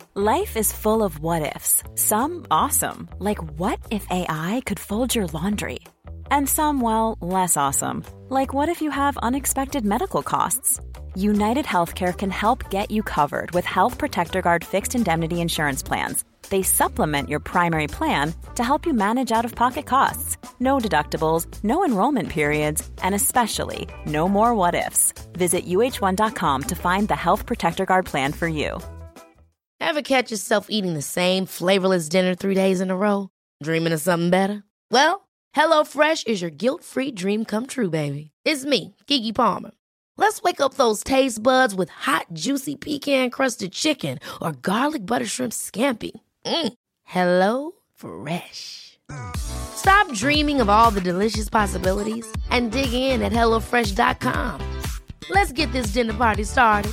Life is full of what-ifs. Some awesome, like what if AI could fold your laundry? And some, well, less awesome, like what if you have unexpected medical costs? United Healthcare can help get you covered with Health Protector Guard fixed indemnity insurance plans. They supplement your primary plan to help you manage out-of-pocket costs. No deductibles, no enrollment periods, and especially no more what-ifs. Visit uh1.com to find the Health Protector Guard plan for you. Ever catch yourself eating the same flavorless dinner 3 days in a row? Dreaming of something better? Well, HelloFresh is your guilt-free dream come true, baby. It's me, Keke Palmer. Let's wake up those taste buds with hot, juicy pecan-crusted chicken or garlic butter shrimp scampi. Hello Fresh. Stop dreaming of all the delicious possibilities and dig in at HelloFresh.com. Let's get this dinner party started.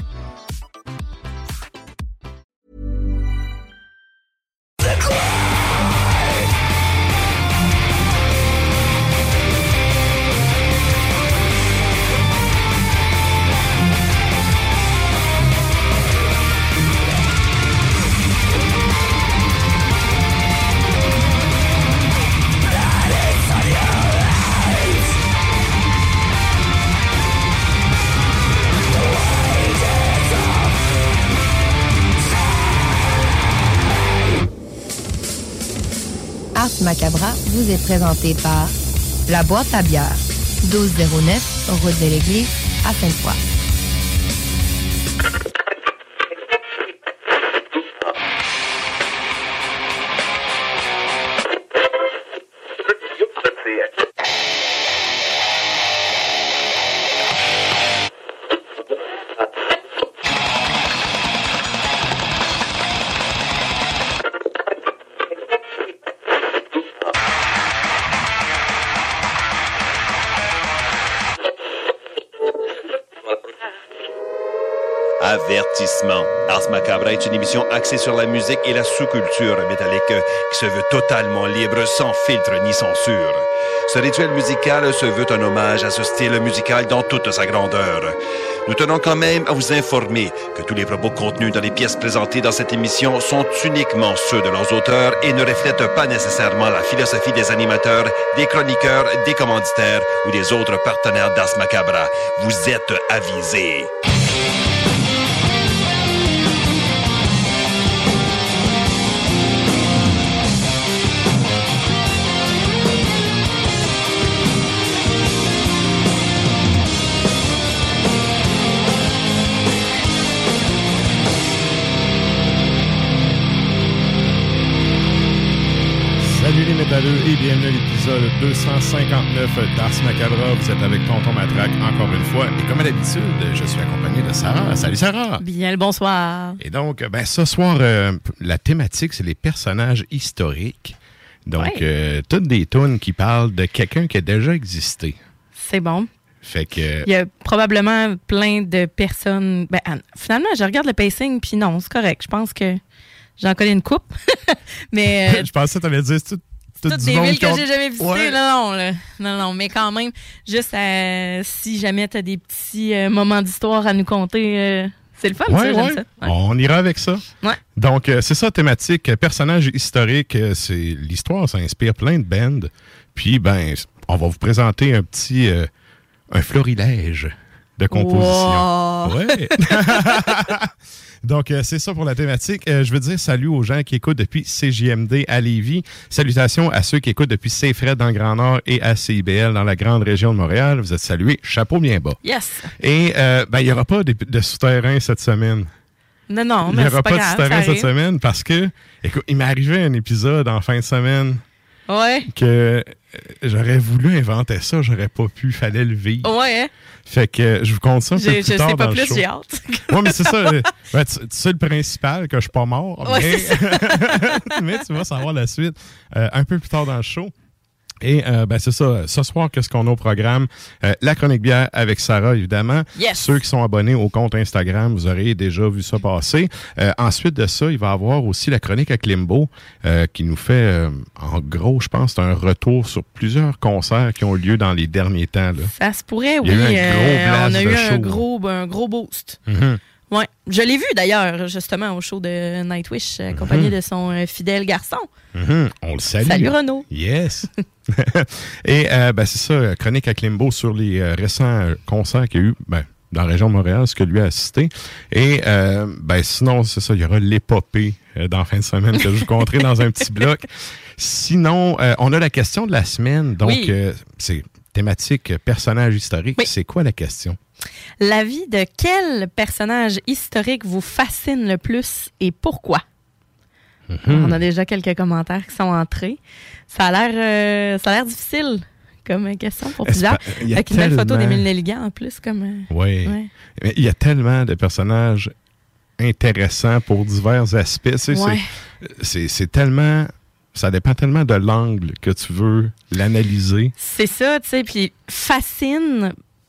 Ars Macabra vous est présenté par La Boîte à bière, 1209, route de l'Église, à Sainte-Foy. Avertissement. Ars Macabra est une émission axée sur la musique et la sous-culture métallique qui se veut totalement libre, sans filtre ni censure. Ce rituel musical se veut un hommage à ce style musical dans toute sa grandeur. Nous tenons quand même à vous informer que tous les propos contenus dans les pièces présentées dans cette émission sont uniquement ceux de leurs auteurs et ne reflètent pas nécessairement la philosophie des animateurs, des chroniqueurs, des commanditaires ou des autres partenaires d'Ars Macabra. Vous êtes avisés. Salut les métalleux et bienvenue à l'épisode 259 d'Ars Macabra. Vous êtes avec Tonton Matraque encore une fois. Et comme à l'habitude, je suis accompagné de Sarah. Salut Sarah! Bien le bonsoir. Et donc, ce soir, la thématique, c'est les personnages historiques. Donc, toutes des tunes qui parlent de quelqu'un qui a déjà existé. C'est bon. Fait que... Il y a probablement plein de personnes... finalement, je regarde le pacing, puis non, c'est correct. Je pense que j'en connais une coupe. Mais je pensais que tu allais dire toutes des villes que j'ai jamais visitées. Ouais. Non, mais quand même, juste si jamais tu as des petits moments d'histoire à nous conter, c'est le fun, ça, j'aime ça. Ouais. On ira avec ça. Ouais. Donc, c'est ça, thématique, personnage historique, c'est l'histoire, ça inspire plein de bands. Puis, on va vous présenter un florilège de compositions. Wow. Ouais. Donc, c'est ça pour la thématique. Je veux dire salut aux gens qui écoutent depuis CJMD à Lévis. Salutations à ceux qui écoutent depuis Saint-Fred dans le Grand Nord et à CIBL dans la grande région de Montréal. Vous êtes salués. Chapeau bien bas. Yes. Et il n'y aura pas de souterrain cette semaine. Non, mais il n'y aura pas de souterrain cette semaine parce que, écoute, il m'est arrivé un épisode en fin de semaine. Ouais. Que j'aurais voulu inventer ça, j'aurais pas pu, fallait le vivre. Ouais. Hein? Fait que je vous compte ça un peu plus tard dans le show. Je sais pas plus, j'ai hâte. Ouais, mais c'est ça. Tu sais le principal, que je suis pas mort. Ouais, mais tu vas savoir la suite un peu plus tard dans le show. Et c'est ça. Ce soir, qu'est-ce qu'on a au programme? La chronique bière avec Sarah, évidemment. Yes. Ceux qui sont abonnés au compte Instagram, vous aurez déjà vu ça passer. Ensuite de ça, il va y avoir aussi la chronique à Klimbo qui nous fait, en gros, je pense, un retour sur plusieurs concerts qui ont eu lieu dans les derniers temps. Là. Ça se pourrait, oui. Il y a eu on a eu un gros boost. Mm-hmm. Oui, je l'ai vu d'ailleurs, justement, au show de Nightwish, accompagné de son fidèle garçon. On le salue. Salut Renaud. Yes. Et c'est ça, chronique à Klimbo sur les récents concerts qu'il y a eu dans la région de Montréal, ce que lui a assisté. Et sinon, c'est ça, il y aura l'épopée dans la fin de semaine que je vous conterai dans un petit bloc. Sinon, on a la question de la semaine. Donc, c'est thématique personnage historique. Oui. C'est quoi la question? La vie de quel personnage historique vous fascine le plus et pourquoi? On a déjà quelques commentaires qui sont entrés. Ça a l'air difficile comme question pour plusieurs. Avec une belle photo d'Émile Nelligan en plus. Oui. Mais il y a tellement de personnages intéressants pour divers aspects. C'est tellement... Ça dépend tellement de l'angle que tu veux l'analyser. C'est ça, tu sais. Puis fascine...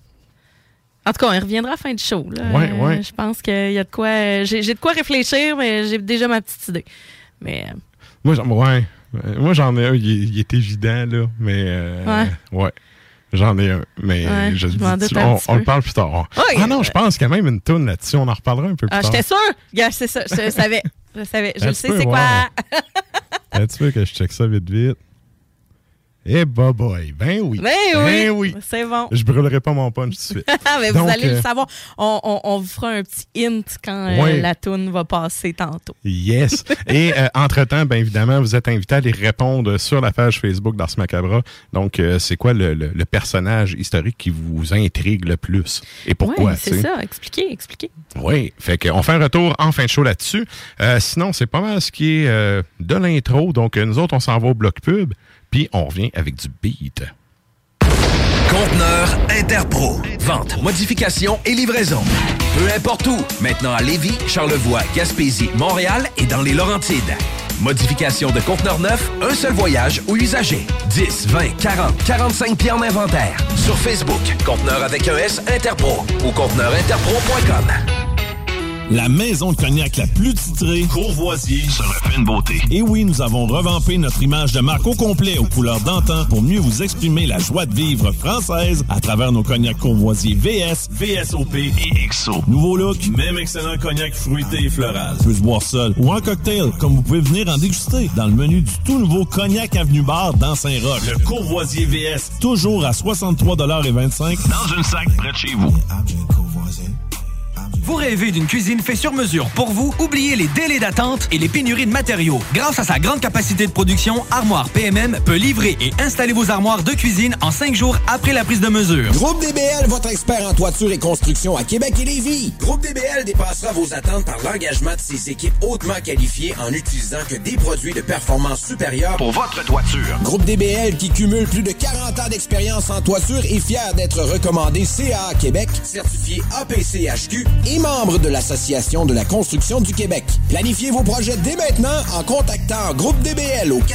En tout cas, on y reviendra à la fin du show. Oui. Je pense qu'il y a de quoi... J'ai de quoi réfléchir, mais j'ai déjà ma petite idée. Mais... Moi, j'en ai un. Il est évident, là. Mais... Ouais. J'en ai un. Mais je on le parle plus tard. Non, je pense qu'il y a même une toune là-dessus. On en reparlera un peu plus tard. J'étais sûre. Gars, c'est ça. Je savais. Je le sais, c'est quoi. Tu veux que je check ça vite? Eh, boy. Ben oui. C'est bon. Je brûlerai pas mon punch tout de suite. Mais donc, vous allez le savoir. On vous fera un petit hint quand la toune va passer tantôt. Yes. Et entre-temps, bien évidemment, vous êtes invités à les répondre sur la page Facebook d'Ars Macabra. Donc, c'est quoi le personnage historique qui vous intrigue le plus? Et pourquoi? Oui, c'est ça. Expliquez. Oui. Fait qu'on fait un retour en fin de show là-dessus. Sinon, c'est pas mal ce qui est de l'intro. Donc, nous autres, on s'en va au bloc pub. Puis on revient avec du beat. Conteneur Interpro. Vente, modification et livraison. Peu importe où. Maintenant à Lévis, Charlevoix, Gaspésie, Montréal et dans les Laurentides. Modification de conteneurs neufs, un seul voyage ou usager. 10, 20, 40, 45 pieds en inventaire. Sur Facebook, Conteneur avec un S Interpro ou conteneurinterpro.com. La maison de cognac la plus titrée, Courvoisier, se refait une beauté. Et oui, nous avons revampé notre image de marque au complet aux couleurs d'antan pour mieux vous exprimer la joie de vivre française à travers nos cognacs Courvoisier VS, VSOP et XO. Nouveau look, même excellent cognac fruité et floral. Peut se boire seul ou en cocktail, comme vous pouvez venir en déguster dans le menu du tout nouveau Cognac Avenue Bar dans Saint-Roch. Le Courvoisier VS, toujours à 63,25$ dans une sac près de chez vous. Vous rêvez d'une cuisine faite sur mesure pour vous? Oubliez les délais d'attente et les pénuries de matériaux. Grâce à sa grande capacité de production, Armoire PMM peut livrer et installer vos armoires de cuisine en 5 jours après la prise de mesure. Groupe DBL, votre expert en toiture et construction à Québec et Lévis. Groupe DBL dépassera vos attentes par l'engagement de ses équipes hautement qualifiées en utilisant que des produits de performance supérieure pour votre toiture. Groupe DBL qui cumule plus de 40 ans d'expérience en toiture est fier d'être recommandé CAA Québec, certifié APCHQ et membre de l'Association de la construction du Québec. Planifiez vos projets dès maintenant en contactant Groupe DBL au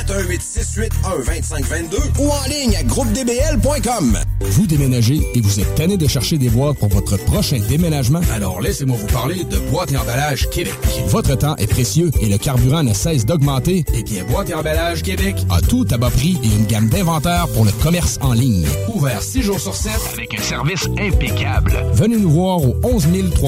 418-681-2522 ou en ligne à groupedbl.com. Vous déménagez et vous êtes tanné de chercher des boîtes pour votre prochain déménagement? Alors laissez-moi vous parler de Boîte et Emballage Québec. Votre temps est précieux et le carburant ne cesse d'augmenter. Eh bien, Boîte et Emballage Québec a tout à bas prix et une gamme d'inventaires pour le commerce en ligne. Ouvert 6 jours sur 7 avec un service impeccable. Venez nous voir au 11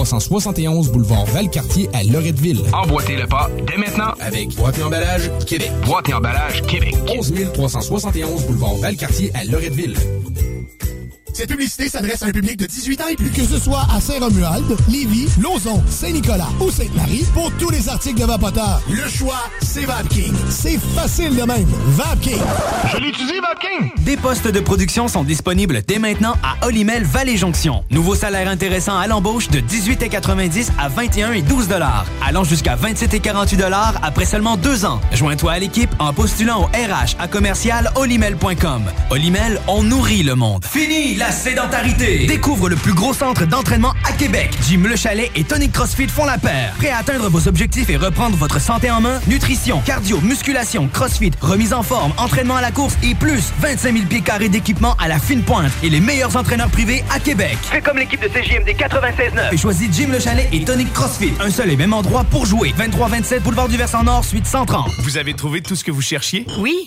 371 boulevard Valcartier à Loretteville. Emboîtez le pas dès maintenant avec Boîte et Emballage Québec. Boîte et Emballage Québec. 11 371 boulevard Valcartier à Loretteville. Cette publicité s'adresse à un public de 18 ans et plus. Que ce soit à Saint-Romuald, Lévis, Lauson, Saint-Nicolas ou Sainte-Marie, pour tous les articles de Vapoteur, le choix, c'est Vapking. C'est facile de même. Vapking. Je l'utilise, Vapking. Des postes de production sont disponibles dès maintenant à Olimel Vallée-Jonction. Nouveau salaire intéressant à l'embauche de 18,90 à 21 et 12 $, allant jusqu'à 27 et 48 $ après seulement 2 ans. Joins-toi à l'équipe en postulant au RH à commercial olimel.com. Olimel, on nourrit le monde. Fini la sédentarité. Découvre le plus gros centre d'entraînement à Québec. Jim Le Chalet et Tonic CrossFit font la paire. Prêt à atteindre vos objectifs et reprendre votre santé en main? Nutrition, cardio, musculation, CrossFit, remise en forme, entraînement à la course et plus 25 000 pieds carrés d'équipement à la fine pointe et les meilleurs entraîneurs privés à Québec. Fais comme l'équipe de CJMD 96.9 et choisis Jim Le Chalet et Tonic CrossFit. Un seul et même endroit pour jouer. 2327 Boulevard du Versant Nord, suite 130. Vous avez trouvé tout ce que vous cherchiez? Oui.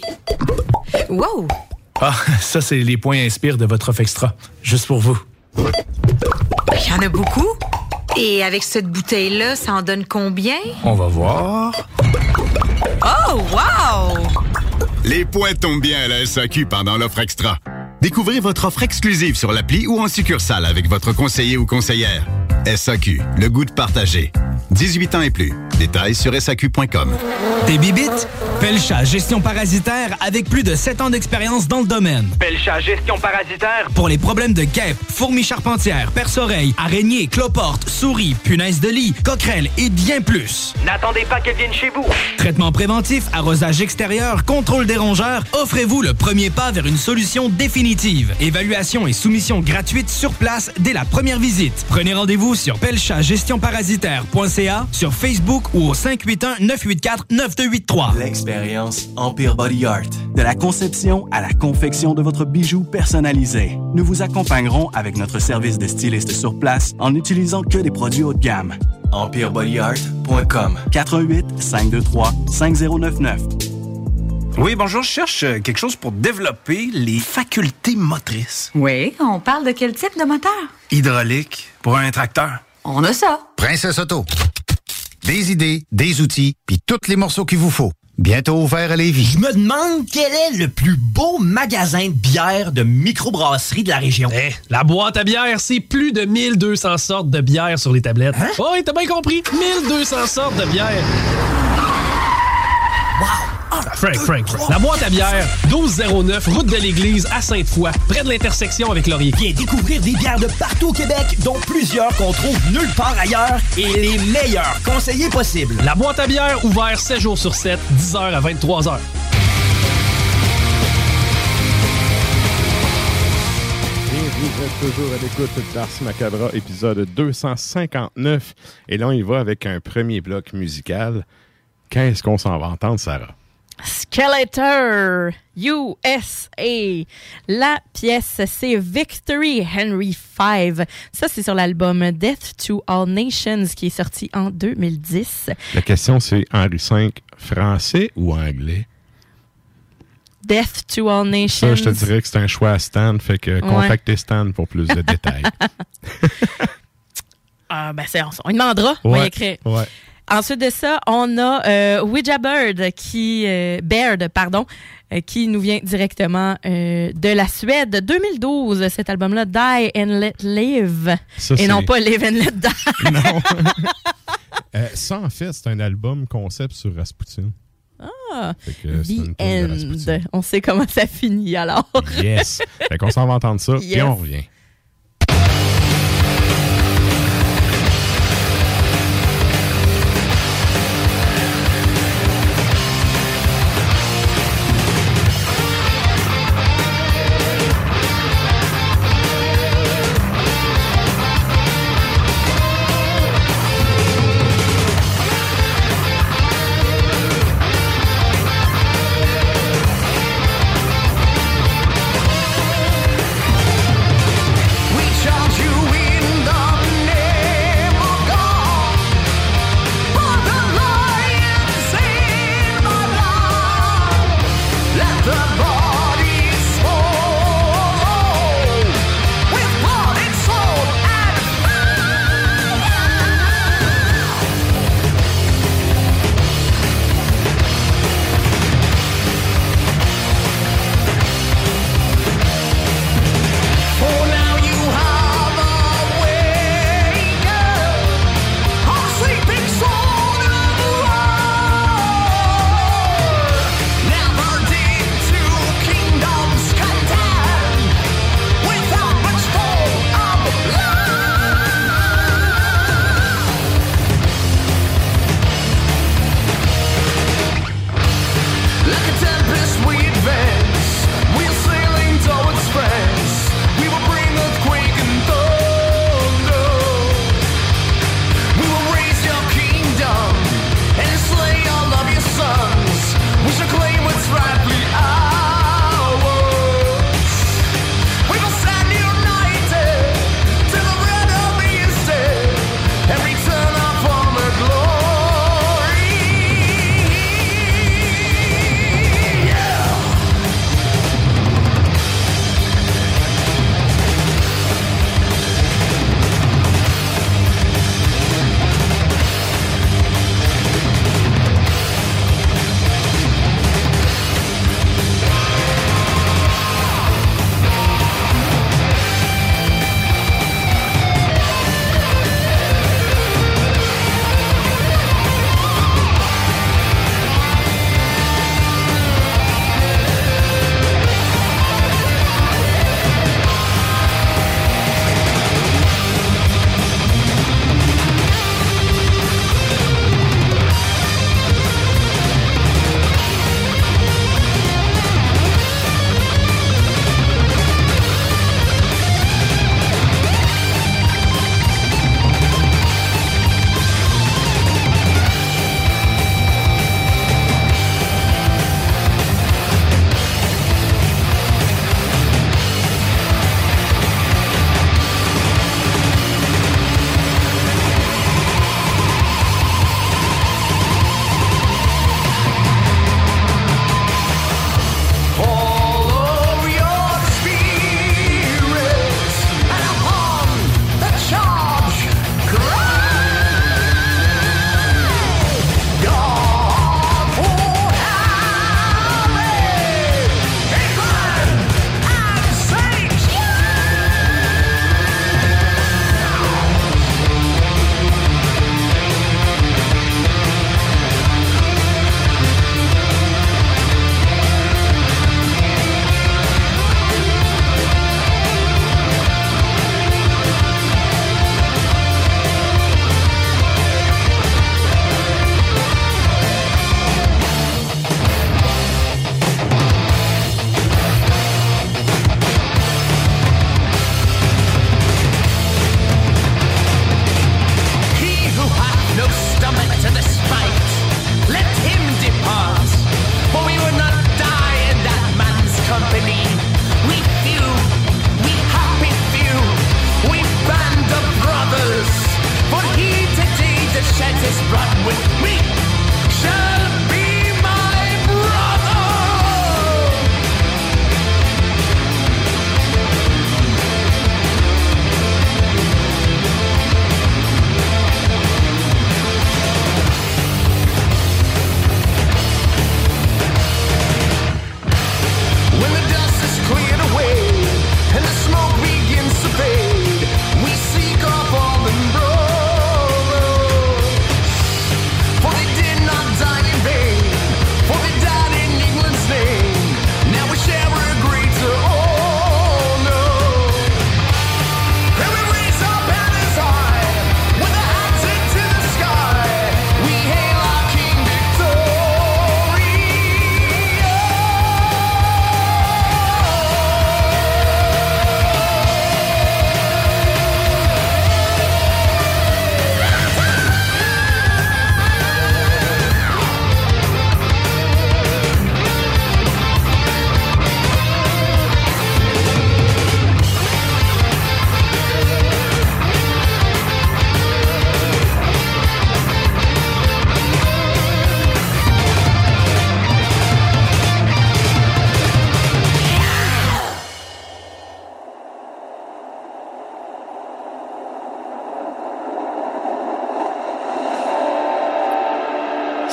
Wow! Ah, ça, c'est les points Inspire de votre offre extra. Juste pour vous. Il y en a beaucoup? Et avec cette bouteille-là, ça en donne combien? On va voir. Oh, wow! Les points tombent bien à la SAQ pendant l'offre extra. Découvrez votre offre exclusive sur l'appli ou en succursale avec votre conseiller ou conseillère. SAQ, le goût de partager. 18 ans et plus. Détails sur SAQ.com. Des bibites? Pelcha Gestion Parasitaire avec plus de 7 ans d'expérience dans le domaine. Pelcha Gestion Parasitaire. Pour les problèmes de guêpes, fourmis charpentières, perce-oreilles, araignées, cloportes, souris, punaises de lit, coquerelles et bien plus. N'attendez pas qu'elles viennent chez vous. Traitement préventif, arrosage extérieur, contrôle des rongeurs, offrez-vous le premier pas vers une solution définitive. Évaluation et soumission gratuite sur place dès la première visite. Prenez rendez-vous sur pelchagestionparasitaire.ca, sur Facebook ou au 581-984-9283. L'expérience Empire Body Art. De la conception à la confection de votre bijou personnalisé. Nous vous accompagnerons avec notre service de styliste sur place en n'utilisant que des produits haut de gamme. EmpireBodyArt.com 418-523-5099. Oui, bonjour, je cherche quelque chose pour développer les facultés motrices. Oui, on parle de quel type de moteur? Hydraulique, pour un tracteur. On a ça. Princesse Auto. Des idées, des outils, puis tous les morceaux qu'il vous faut. Bientôt ouvert à Lévis. Je me demande quel est le plus beau magasin de bière de microbrasserie de la région. La boîte à bière, c'est plus de 1200 sortes de bière sur les tablettes. Hein? Oh, oui, t'as bien compris. 1200 sortes de bière. Wow! Frank. La boîte à bière, 1209, route de l'église à Sainte-Foy, près de l'intersection avec Laurier. Viens découvrir des bières de partout au Québec, dont plusieurs qu'on trouve nulle part ailleurs et les meilleurs conseillers possibles. La boîte à bière, ouvert 7 jours sur 7, 10h à 23h. Vous êtes toujours à l'écoute d'Ars Macabra, épisode 259. Et là, on y va avec un premier bloc musical. Qu'est-ce qu'on s'en va entendre, Sarah? Skeletor, USA. La pièce, c'est Victory Henry V. Ça, c'est sur l'album Death to All Nations qui est sorti en 2010. La question, c'est Henry V français ou anglais? Death to All Nations. Ça, je te dirais que c'est un choix à Stan, fait que contactez Stan pour plus de détails. On lui demandera. On va y écrire. Ouais. Ensuite de ça, on a Ouija Baird qui nous vient directement de la Suède. 2012, cet album-là, Die and Let Live. Ça, et non pas Live and Let Die. Non. Ça, en fait, c'est un album concept sur Rasputin. Ah, The End. On sait comment ça finit, alors. Yes. Fait qu'on s'en va entendre ça, yes. Et on revient.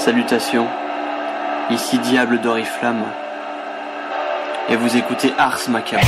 Salutations, ici Diable d'Oriflamme, et vous écoutez Ars Macabre.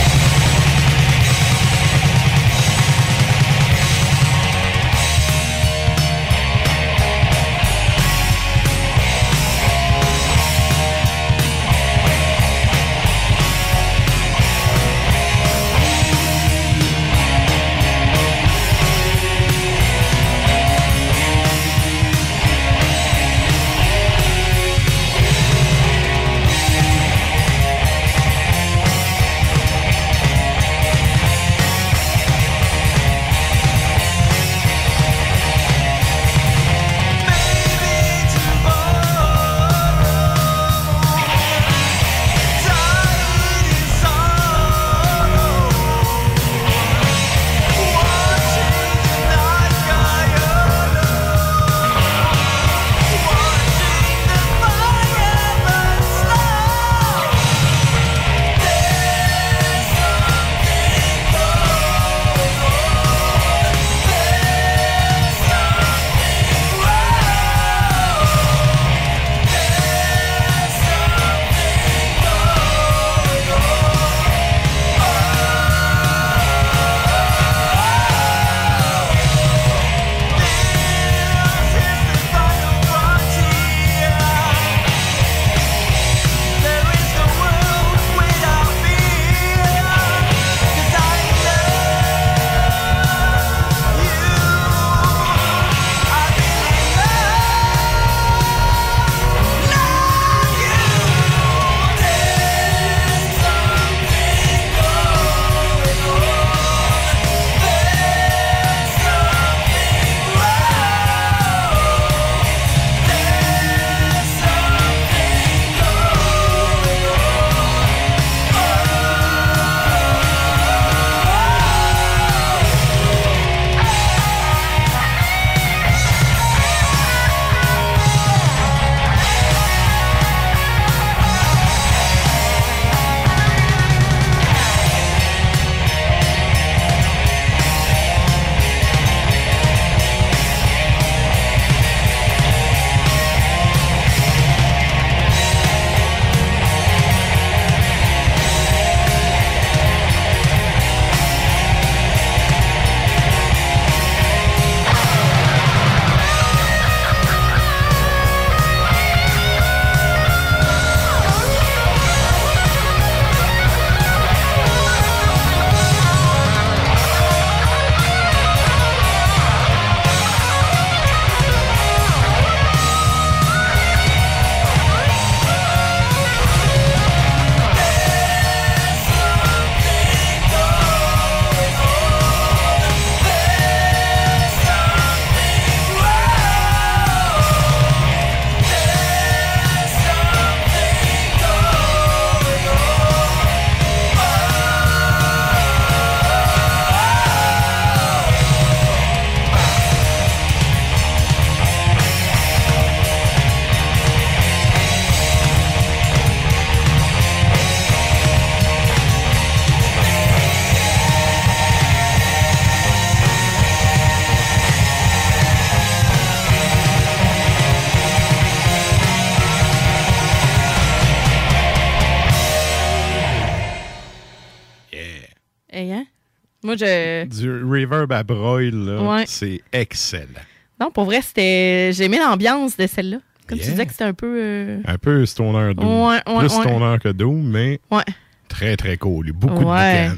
Moi, Du reverb à broil, là, Ouais. c'est excellent. Non, pour vrai, j'ai aimé l'ambiance de celle-là. Comme tu disais que c'était un peu... Un peu stoner doom. Ouais, Plus stoner que doom, mais très, très cool. Il y a beaucoup de boucan.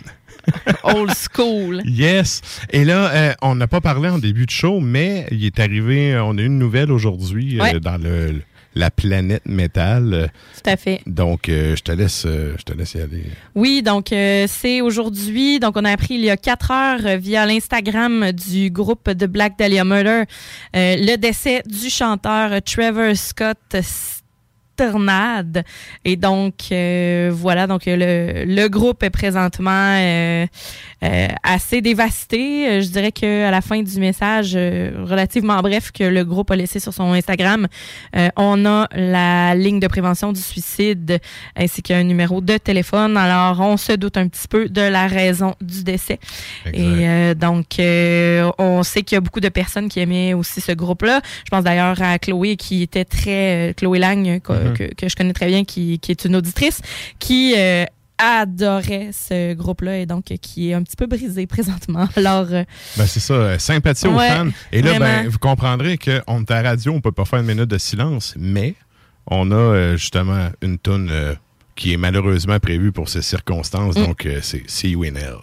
Old school. Yes. Et là, on n'a pas parlé en début de show, mais il est arrivé, on a eu une nouvelle aujourd'hui dans la planète métal. Tout à fait. Donc, je te laisse y aller. Oui, donc c'est aujourd'hui. Donc, on a appris il y a 4 heures via l'Instagram du groupe The Black Dahlia Murder le décès du chanteur Trevor Scott tornade. Et donc, voilà, donc le groupe est présentement assez dévasté. Je dirais qu'à la fin du message, relativement bref, que le groupe a laissé sur son Instagram, on a la ligne de prévention du suicide ainsi qu'un numéro de téléphone. Alors, on se doute un petit peu de la raison du décès. Exact. Et donc, on sait qu'il y a beaucoup de personnes qui aimaient aussi ce groupe-là. Je pense d'ailleurs à Chloé, qui était très... Chloé Lang, que je connais très bien, qui est une auditrice, qui adorait ce groupe-là et donc qui est un petit peu brisé présentement. Alors, c'est ça, sympathie aux fans. Et là, vous comprendrez qu'on est à la radio, on peut pas faire une minute de silence, mais on a justement une toune qui est malheureusement prévue pour ces circonstances, donc c'est See You in Hell.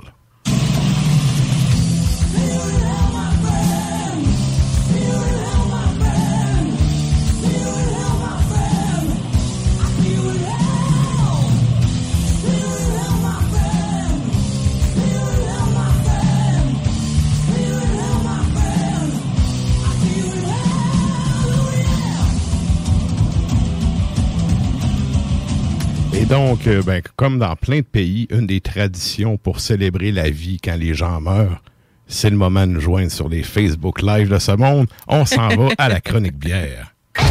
Et donc, comme dans plein de pays, une des traditions pour célébrer la vie quand les gens meurent, c'est le moment de nous joindre sur les Facebook Live de ce monde. On s'en va à la chronique bière.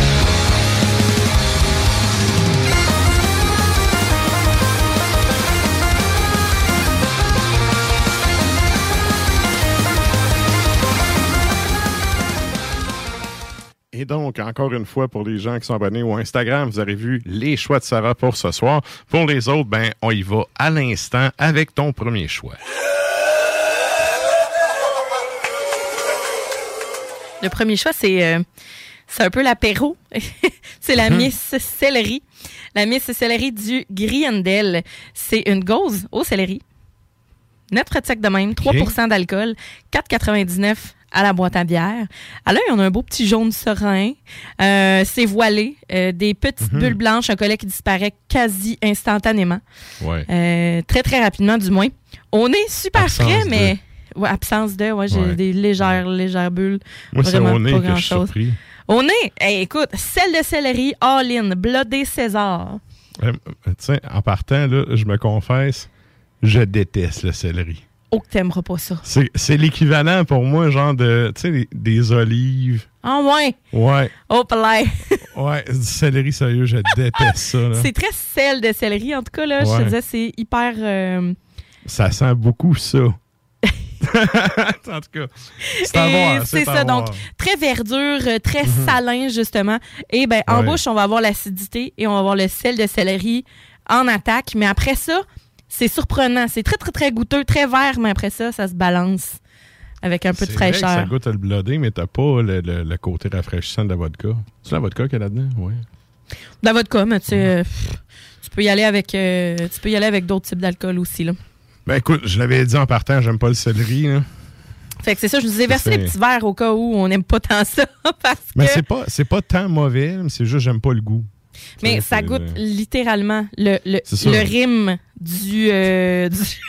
Et donc, encore une fois, pour les gens qui sont abonnés au Instagram, vous avez vu les choix de Sarah pour ce soir. Pour les autres, on y va à l'instant avec ton premier choix. Le premier choix, c'est un peu l'apéro. C'est la Miss Céleri. La Miss Céleri du Griendel. C'est une gauze au céleri. Net pratique de même, 3% d'alcool, 4,99 à la boîte à bière. À l'œil, on a un beau petit jaune serein. C'est voilé. Des petites bulles blanches, un collet qui disparaît quasi instantanément. Ouais. Très, très rapidement, du moins. On est super frais, mais... Ouais, absence de... Ouais, j'ai des légères bulles. Moi, vraiment c'est au nez pas que je suis grand-chose. surpris. Au nez, écoute, sel de céleri, all-in, blodé César. Tu sais, en partant, là, je me confesse, je déteste le céleri. Oh, que t'aimeras pas ça. C'est l'équivalent pour moi, genre de, tu sais, des olives. Ah ouais? Ouais. Oh, là. Ouais, du céleri, sérieux, je déteste ça. Là. C'est très sel de céleri, en tout cas, là, je te disais, c'est hyper... Ça sent beaucoup ça. En tout cas, c'est à voir. C'est ça, donc très verdure, très salin, justement. Et en bouche, on va avoir l'acidité et on va avoir le sel de céleri en attaque. Mais après ça, c'est surprenant. C'est très, très, très goûteux, très vert, mais après ça, ça se balance avec un peu de fraîcheur. Vrai que ça goûte le blodé, mais t'as pas le côté rafraîchissant de la vodka. C'est la vodka qu'il y a là-dedans? Oui. De la vodka, mais tu sais, tu peux y aller avec d'autres types d'alcool aussi, là. Ben écoute, je l'avais dit en partant, j'aime pas le céleri, là. Fait que c'est ça, je vous ai versé les petits verres au cas où on n'aime pas tant ça. Mais c'est pas tant mauvais, mais c'est juste j'aime pas le goût. Mais ça goûte littéralement le rime du verre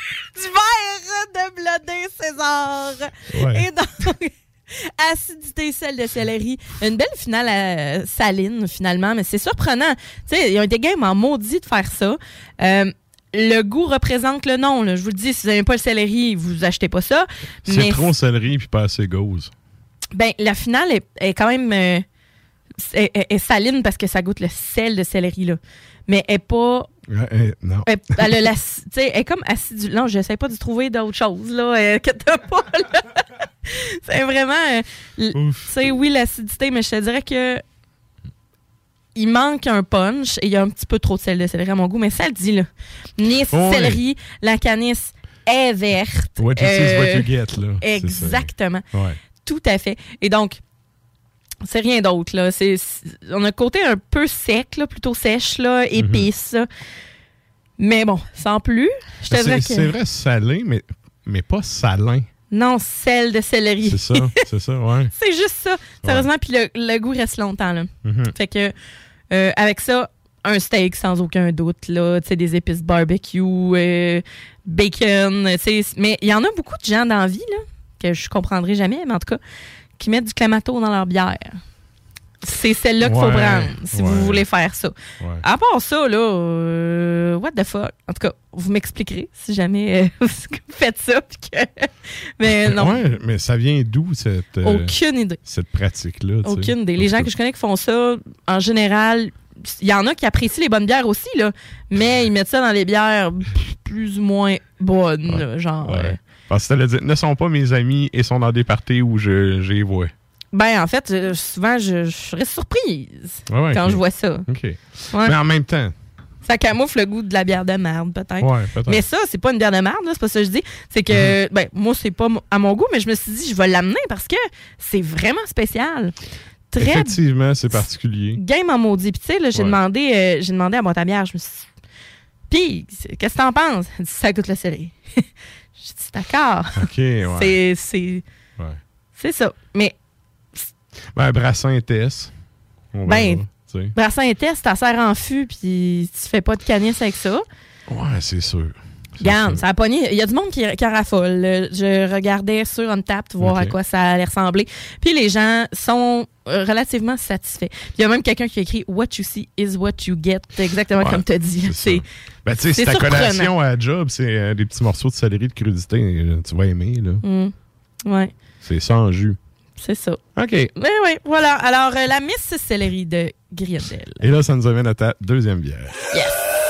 de blodé César. Ouais. Et donc, acidité, sel de céleri. Une belle finale saline, finalement, mais c'est surprenant. Tu sais, ils ont été game en maudit de faire ça. Le goût représente le nom. Là. Je vous le dis, si vous n'aimez pas le céleri, vous achetez pas ça. C'est trop céleri puis pas assez gauze. La finale est quand même est saline parce que ça goûte le sel de céleri. Là. Mais elle n'est pas... non. Elle est comme acidulée. Non, je n'essaie pas de trouver d'autre chose. Là, que t'as pas, là. C'est vraiment... tu sais, oui, l'acidité, mais je te dirais que il manque un punch et il y a un petit peu trop de sel de céleri à mon goût, mais ça le dit, là. Nice, céleri, la canisse est verte. What you see is what you get, là. Exactement. Ouais. Tout à fait. Et donc, c'est rien d'autre, là. On a un côté un peu sec, là, plutôt sèche, là, épice. Mais bon, sans plus. Je te dirais que... C'est vrai salé, mais pas salin. Non, sel de céleri. C'est ça, ouais. C'est juste ça, sérieusement, puis le goût reste longtemps, là. Fait que, avec ça, un steak sans aucun doute, là, tu sais, des épices barbecue, bacon, tu sais. Mais il y en a beaucoup de gens dans la vie, là, que je comprendrai jamais, mais en tout cas, qui mettent du Clamato dans leur bière. c'est celle-là qu'il faut prendre si vous voulez faire ça. Ouais. À part ça, là, what the fuck? En tout cas, vous m'expliquerez si jamais vous faites ça. Mais non. Ouais, mais ça vient d'où, aucune idée. Cette pratique-là? Aucune idée. Les gens que je connais qui font ça, en général, il y en a qui apprécient les bonnes bières aussi, là, mais ils mettent ça dans les bières plus ou moins bonnes. Là, genre. Ouais. Parce que dit, ne sont pas mes amis et sont dans des parties où j'y vois. Ben, en fait, souvent, je reste surprise quand je vois ça. OK. Ouais. Mais en même temps... Ça camoufle le goût de la bière de merde, peut-être. Ouais, peut-être. Mais ça, c'est pas une bière de merde, là, c'est pas ça que je dis. C'est que, ben, moi, c'est pas à mon goût, mais je me suis dit, je vais l'amener parce que c'est vraiment spécial. Très Effectivement, c'est particulier. Game en maudit. Puis, tu sais, là, j'ai demandé à boîte à bière. Je me suis dit, puis, qu'est-ce que t'en penses? Elle dit, ça goûte le céleri. J'ai dit, d'accord. OK, ouais. C'est ça. Mais. Ben, Brassin et Tess. Brassin et Tess, t'as serre en fût, puis tu fais pas de canisse avec ça. Ouais, c'est sûr. Regarde, ça a pogné. Il y a du monde qui en raffole. Je regardais sur Untappd voir à quoi ça allait ressembler. Puis les gens sont relativement satisfaits. Il y a même quelqu'un qui a écrit « What you see is what you get », exactement comme tu as dit. C'est ta collation à job, c'est des petits morceaux de céleri de crudité. Tu vas aimer, là. Ouais. C'est sans jus. C'est ça. OK. Mais oui, voilà. Alors, la Miss Céleri de Griendel. Et là, ça nous amène à ta deuxième bière. Yes!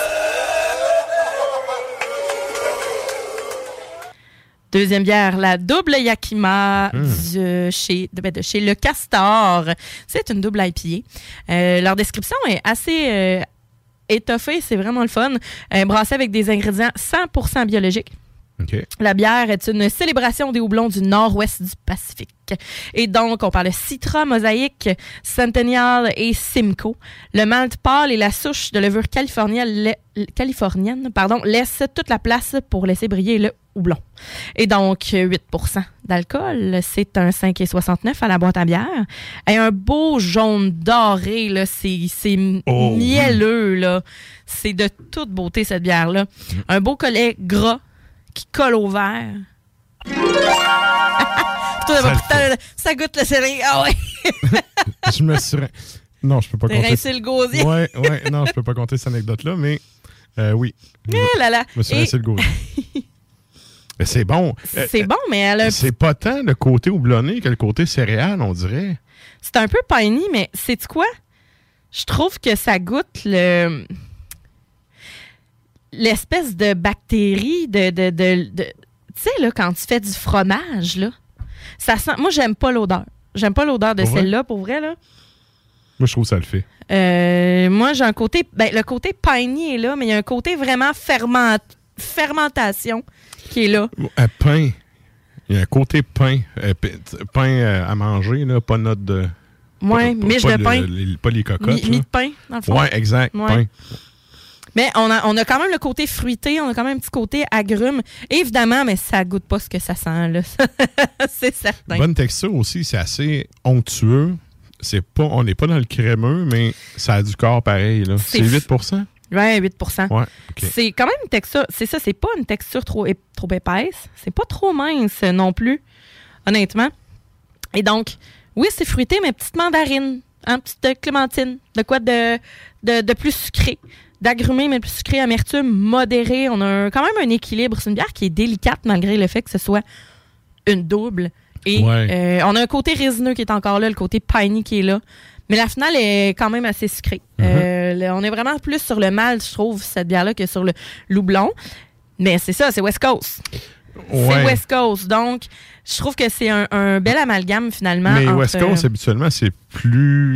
Deuxième bière, la double Yakima de chez Le Castor. C'est une double IPA. Leur description est assez étoffée, c'est vraiment le fun. Brassée avec des ingrédients 100% biologiques. Okay. La bière est une célébration des houblons du nord-ouest du Pacifique. Et donc, on parle de Citra, Mosaïque, Centennial et Simcoe. Le malt pâle et la souche de levure californienne laissent toute la place pour laisser briller le houblon. Et donc, 8% d'alcool. C'est un 5,69 à la boîte à bière. Et un beau jaune doré, là, c'est mielleux, là. C'est de toute beauté, cette bière-là. Un beau collet gras qui colle au verre. Ça goûte le céleri. Ah ouais! Je me suis... Non, je peux pas compter. Rincé le gosier. Ouais, non, je peux pas compter cette anecdote-là, mais oui. Là là. Je me suis rincé le gosier. Mais c'est bon. C'est bon, mais elle a... C'est pas tant le côté houblonné que le côté céréal, on dirait. C'est un peu piney, mais sais-tu quoi? Je trouve que ça goûte l'espèce de bactérie tu sais, là, quand tu fais du fromage, là, ça sent... Moi, j'aime pas l'odeur. J'aime pas l'odeur de celle-là, pour vrai, là. Moi, je trouve que ça le fait. Moi, j'ai un côté... Ben, le côté piney est là, mais il y a un côté vraiment fermentation qui est là. Pain. Il y a un côté pain. Pain à manger, là, pas notre de... Oui, miche de pain. Pas les cocottes. Mi de pain, dans le fond. Oui, exact. Ouais. Pain. Mais on a quand même le côté fruité, on a quand même un petit côté agrume. Évidemment, mais ça goûte pas ce que ça sent, là. C'est certain. Bonne texture aussi, c'est assez onctueux. On n'est pas dans le crémeux, mais ça a du corps pareil, là. C'est 8%? Oui, 8%. Ouais, okay. C'est quand même une texture, c'est ça, c'est pas une texture trop épaisse. C'est pas trop mince non plus, honnêtement. Et donc, oui, c'est fruité, mais petite mandarine, petite clémentine, de quoi de plus sucré. D'agrumé, mais plus sucré, amertume modérée. On a quand même un équilibre. C'est une bière qui est délicate malgré le fait que ce soit une double. Et on a un côté résineux qui est encore là, le côté piney qui est là. Mais la finale est quand même assez sucrée. On est vraiment plus sur le malt, je trouve, cette bière-là, que sur le houblon. Mais c'est ça, c'est West Coast. Ouais. C'est West Coast. Donc, je trouve que c'est un bel amalgame, finalement. Mais West Coast, habituellement, c'est plus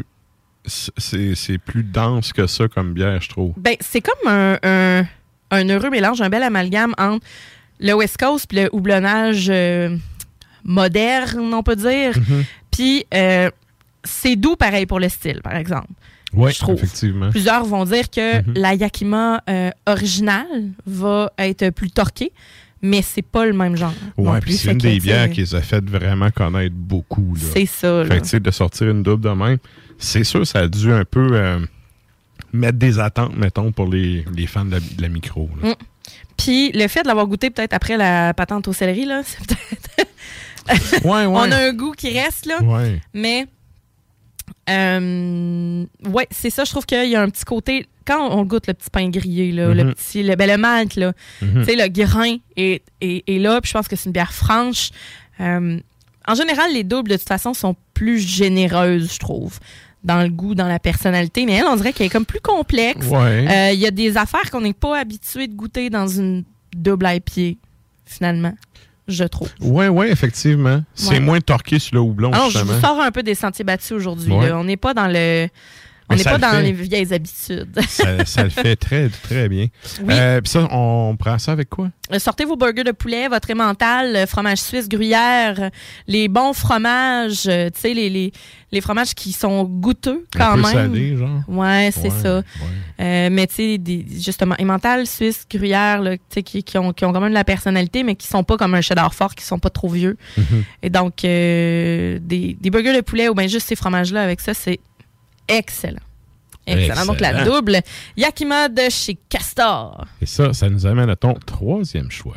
dense que ça comme bière, je trouve. Ben, c'est comme un heureux mélange, un bel amalgame entre le West Coast et le houblonnage moderne, on peut dire. Puis, c'est doux pareil pour le style, par exemple. Oui, je trouve. Effectivement. Plusieurs vont dire que la Yakima originale va être plus torquée, mais c'est pas le même genre. Oui, puis c'est une des bières qui les a fait vraiment connaître beaucoup. Là. C'est ça. Fait que, de sortir une double de même, c'est sûr ça a dû un peu mettre des attentes, mettons, pour les fans de la micro. Puis le fait de l'avoir goûté peut-être après la patente au céleri, là, c'est peut-être... On a un goût qui reste, là. Ouais. Mais Ouais, c'est ça. Je trouve qu'il y a un petit côté... Quand on goûte le petit pain grillé, là, le malt, là, tu sais, le grain est là. Puis je pense que c'est une bière franche. En général, les doubles, de toute façon, sont plus généreuses, je trouve, dans le goût, dans la personnalité. Mais elle, on dirait qu'elle est comme plus complexe. Ouais. Il y a des affaires qu'on n'est pas habitué de goûter dans une double IPA, finalement, je trouve. Oui, effectivement. C'est moins torqué sur le houblon, Alors, je justement. vous sors un peu des sentiers battus aujourd'hui. Ouais. On n'est pas dans le... On n'est pas dans les vieilles habitudes. Ça le fait très, très bien. Oui. Puis ça, on prend ça avec quoi? Sortez vos burgers de poulet, votre emmental, fromage suisse, gruyère, les bons fromages, tu sais, les fromages qui sont goûteux quand un peu même. salé, genre. Ouais, c'est ça. Ouais. Mais tu sais, justement, emmental, suisse, gruyère, là, tu sais, qui ont quand même de la personnalité, mais qui sont pas comme un cheddar fort, qui sont pas trop vieux. Et donc, des burgers de poulet ou bien juste ces fromages-là avec ça, c'est excellent. Excellent. Donc, la double Yakima de chez Castor. Et ça nous amène à ton troisième choix.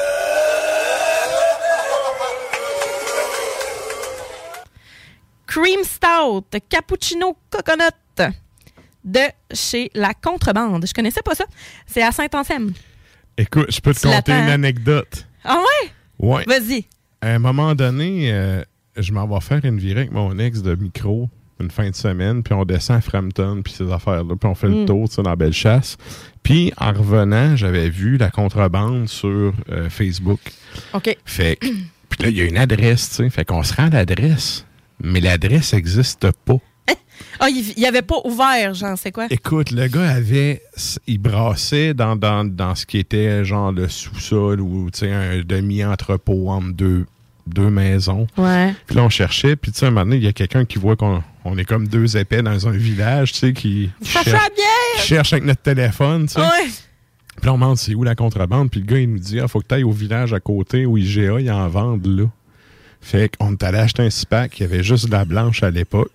Cream Stout Cappuccino Coconut de chez La Contrebande. Je connaissais pas ça. C'est à Saint-Anselme. Écoute, je peux te conter une anecdote. Ah ouais? Ouais. Vas-y. À un moment donné, je m'en vais faire une virée avec mon ex de micro une fin de semaine, puis on descend à Frampton, puis ces affaires-là, puis on fait le tour, tu sais, dans Bellechasse. Puis, en revenant, j'avais vu La Contrebande sur Facebook. OK. Fait que, puis là, il y a une adresse, tu sais, fait qu'on se rend à l'adresse, mais l'adresse n'existe pas. Ah, il avait pas ouvert, genre, c'est quoi? Écoute, le gars il brassait dans ce qui était genre le sous-sol ou, tu sais, un demi-entrepôt entre deux maisons. Ouais. Puis là, on cherchait. Puis, tu sais, un moment donné, il y a quelqu'un qui voit qu'on est comme deux épais dans un village, tu sais, qui cherche avec notre téléphone, tu sais. Ouais. Puis là, on demande c'est où La Contrebande. Puis le gars, il nous dit, faut que tu ailles au village à côté où IGA, ils en vendent là. Fait qu'on est allé acheter un 6-pack. Il y avait juste de la blanche à l'époque.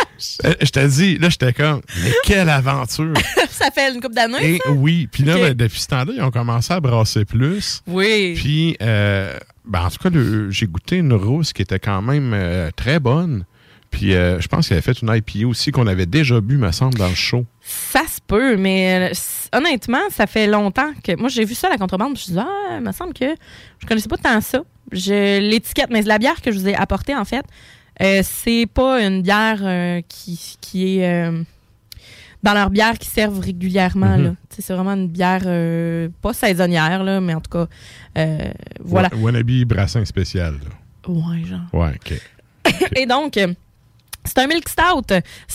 Je te dis, là, j'étais comme, mais quelle aventure! Ça fait une couple d'années, Et ça? oui. Puis là, depuis ce temps-là, ils ont commencé à brasser plus. Oui. Puis, en tout cas, j'ai goûté une rousse qui était quand même très bonne. Puis, je pense qu'il avait fait une IPA aussi qu'on avait déjà bu, me semble, dans le show. Ça se peut, mais honnêtement, ça fait longtemps que... Moi, j'ai vu ça à La Contrebande, puis je me suis dit, il me semble que je connaissais pas tant ça. L'étiquette, mais la bière que je vous ai apportée, en fait, c'est pas une bière qui est dans leur bière qu'ils servent régulièrement. Là. C'est vraiment une bière pas saisonnière, là, mais en tout cas, voilà. Wannabe brassin spécial. Là. Ouais, genre. Ouais, OK. Et donc, c'est un milk stout,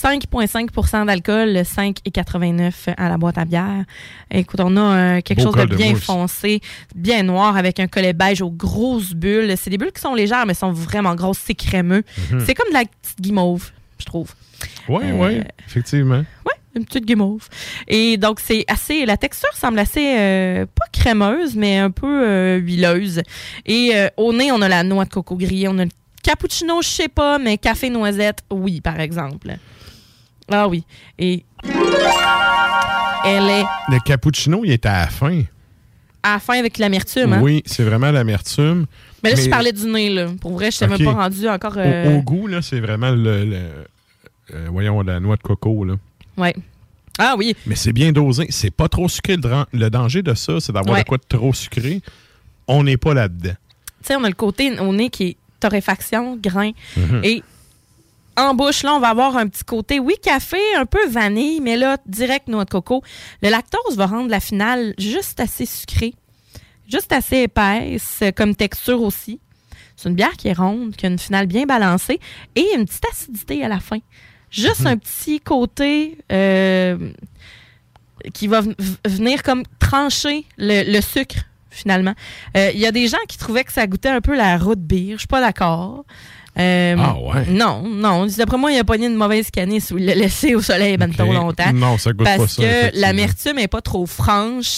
5,5% d'alcool, 5,89 à la boîte à bière. Écoute, on a quelque chose de bien foncé, bien noir, avec un collet beige aux grosses bulles. C'est des bulles qui sont légères, mais sont vraiment grosses. C'est crémeux. C'est comme de la petite guimauve, je trouve. Oui, effectivement. Oui, une petite guimauve. Et donc, c'est assez... La texture semble assez... pas crémeuse, mais un peu huileuse. Et au nez, on a la noix de coco grillée, on a le cappuccino, je sais pas, mais café noisette, oui, par exemple. Ah oui. Et elle est... Le cappuccino, il est à la fin. À la fin avec l'amertume, hein? Oui, c'est vraiment l'amertume. Mais là, je parlais du nez, là. Pour vrai, je t'ai même pas rendu encore... Au goût, là, c'est vraiment voyons, la noix de coco, là. Oui. Ah oui. Mais c'est bien dosé. C'est pas trop sucré. Le danger de ça, c'est d'avoir de quoi de trop sucré. On n'est pas là-dedans. Tu sais, on a le côté au nez qui est torréfaction, grain. Et en bouche, là, on va avoir un petit côté, oui, café, un peu vanille, mais là, direct noix de coco. Le lactose va rendre la finale juste assez sucrée, juste assez épaisse, comme texture aussi. C'est une bière qui est ronde, qui a une finale bien balancée et une petite acidité à la fin. Juste un petit côté qui va venir comme trancher le sucre, finalement. Il y a des gens qui trouvaient que ça goûtait un peu la root beer. Je suis pas d'accord. Ah ouais? Non. D'après moi, il a pogné une mauvaise canisse où il l'a laissé au soleil trop longtemps. Non, ça goûte pas ça. Parce que l'amertume n'est pas trop franche.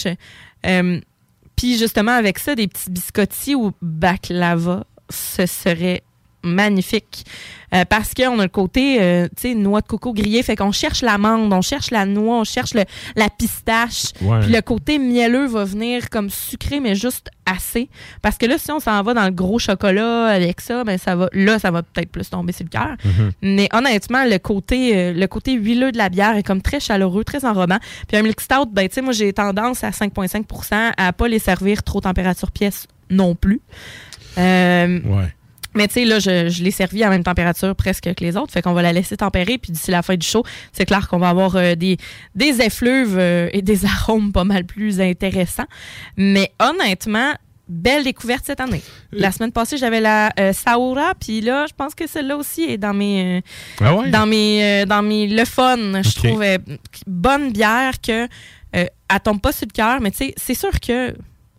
Puis justement, avec ça, des petits biscottis ou baklava, ce serait magnifiques. Parce qu'on a le côté, tu sais, noix de coco grillée. Fait qu'on cherche l'amande, on cherche la noix, on cherche la pistache. Ouais. Puis le côté mielleux va venir comme sucré, mais juste assez. Parce que là, si on s'en va dans le gros chocolat avec ça, ben ça va peut-être plus tomber sur le cœur. Mm-hmm. Mais honnêtement, le côté huileux de la bière est comme très chaleureux, très enrobant. Puis un milk stout, ben tu sais, moi j'ai tendance à 5,5% à pas les servir trop température pièce non plus. Ouais. Mais tu sais, là, je l'ai servi à la même température presque que les autres. Fait qu'on va la laisser tempérer. Puis d'ici la fin du show, c'est clair qu'on va avoir des effluves et des arômes pas mal plus intéressants. Mais honnêtement, belle découverte cette année. La semaine passée, j'avais la Saura. Puis là, je pense que celle-là aussi est dans mes... dans mes le fun. Je trouve bonne bière que elle tombe pas sur le cœur. Mais tu sais, c'est sûr que...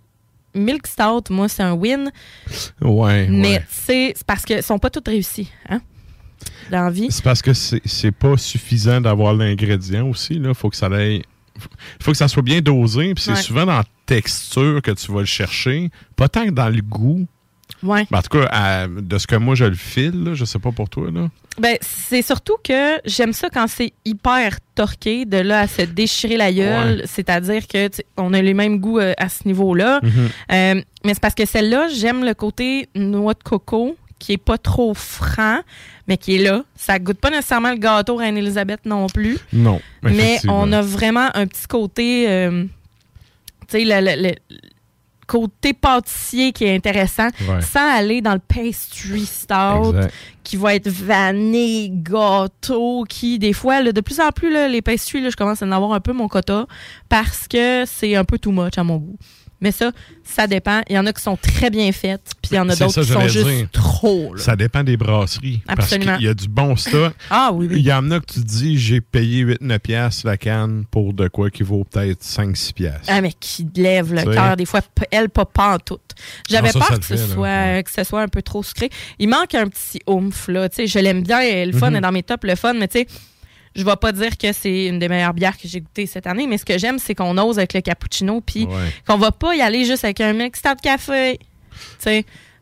Milk Stout, moi, c'est un win. Ouais. Mais c'est parce qu'ils sont pas toutes réussies, hein? Dans la vie. C'est parce que c'est pas suffisant d'avoir l'ingrédient aussi. Il faut que ça aille. Faut que ça soit bien dosé. Puis c'est souvent dans la texture que tu vas le chercher. Pas tant que dans le goût. Ouais. Ben, en tout cas, de ce que moi je le file, là, je sais pas pour toi. Là. Ben, c'est surtout que j'aime ça quand c'est hyper torqué, de là à se déchirer la gueule. Ouais. C'est-à-dire que on a les mêmes goûts à ce niveau-là. Mm-hmm. Mais c'est parce que celle-là, j'aime le côté noix de coco qui est pas trop franc, mais qui est là. Ça goûte pas nécessairement le gâteau Reine-Élisabeth non plus. Non. Mais on a vraiment un petit côté... tu sais, le côté pâtissier qui est intéressant, sans aller dans le pastry stout, qui va être vanille, gâteau, qui, des fois, là, de plus en plus, là, les pastries, là, je commence à en avoir un peu mon quota, parce que c'est un peu too much à mon goût. Mais ça dépend. Il y en a qui sont très bien faites, puis il y en a d'autres qui sont juste trop. Là. Ça dépend des brasseries. Absolument. Parce qu'il y a du bon stock. Ah oui. Il y en a que tu dis, j'ai payé 8-9$ la canne pour de quoi qui vaut peut-être 5-6$. Ah, mais qui lève le cœur. Des fois, elle, pas en tout. J'avais peur que ce soit un peu trop sucré. Il manque un petit oomph, là. Tu sais, je l'aime bien. Le fun est dans mes tops, le fun, mais tu sais, je vais pas dire que c'est une des meilleures bières que j'ai goûtées cette année, mais ce que j'aime, c'est qu'on ose avec le cappuccino, puis qu'on va pas y aller juste avec un mix de café. Tu sais,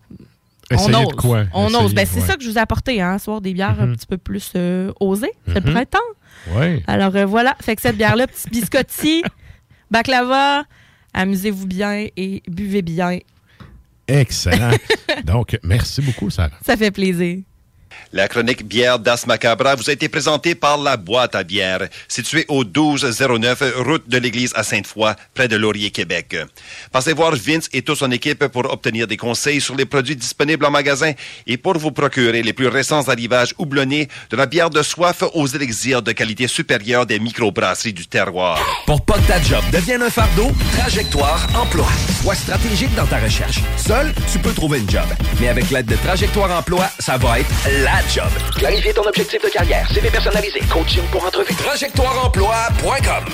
on ose. On ose. Ben, c'est ça que je vous ai apporté, hein, ce soir, des bières un petit peu plus osées. C'est le printemps. Ouais. Alors voilà, fait que cette bière-là, petit biscotti, baklava, amusez-vous bien et buvez bien. Excellent. Donc, merci beaucoup, Sarah. Ça fait plaisir. La chronique bière d'Ars Macabra vous a été présentée par La Boîte à bière, située au 1209 route de l'Église à Sainte-Foy, près de Laurier, Québec. Passez voir Vince et toute son équipe pour obtenir des conseils sur les produits disponibles en magasin et pour vous procurer les plus récents arrivages houblonnés de la bière de soif aux élixirs de qualité supérieure des microbrasseries du terroir. Pour pas que ta job devienne un fardeau, Trajectoire Emploi. Sois stratégique dans ta recherche. Seul, tu peux trouver une job. Mais avec l'aide de Trajectoire Emploi, ça va être la job. Clarifier ton objectif de carrière, CV personnalisé, coaching pour entrevue. TrajectoireEmploi.com.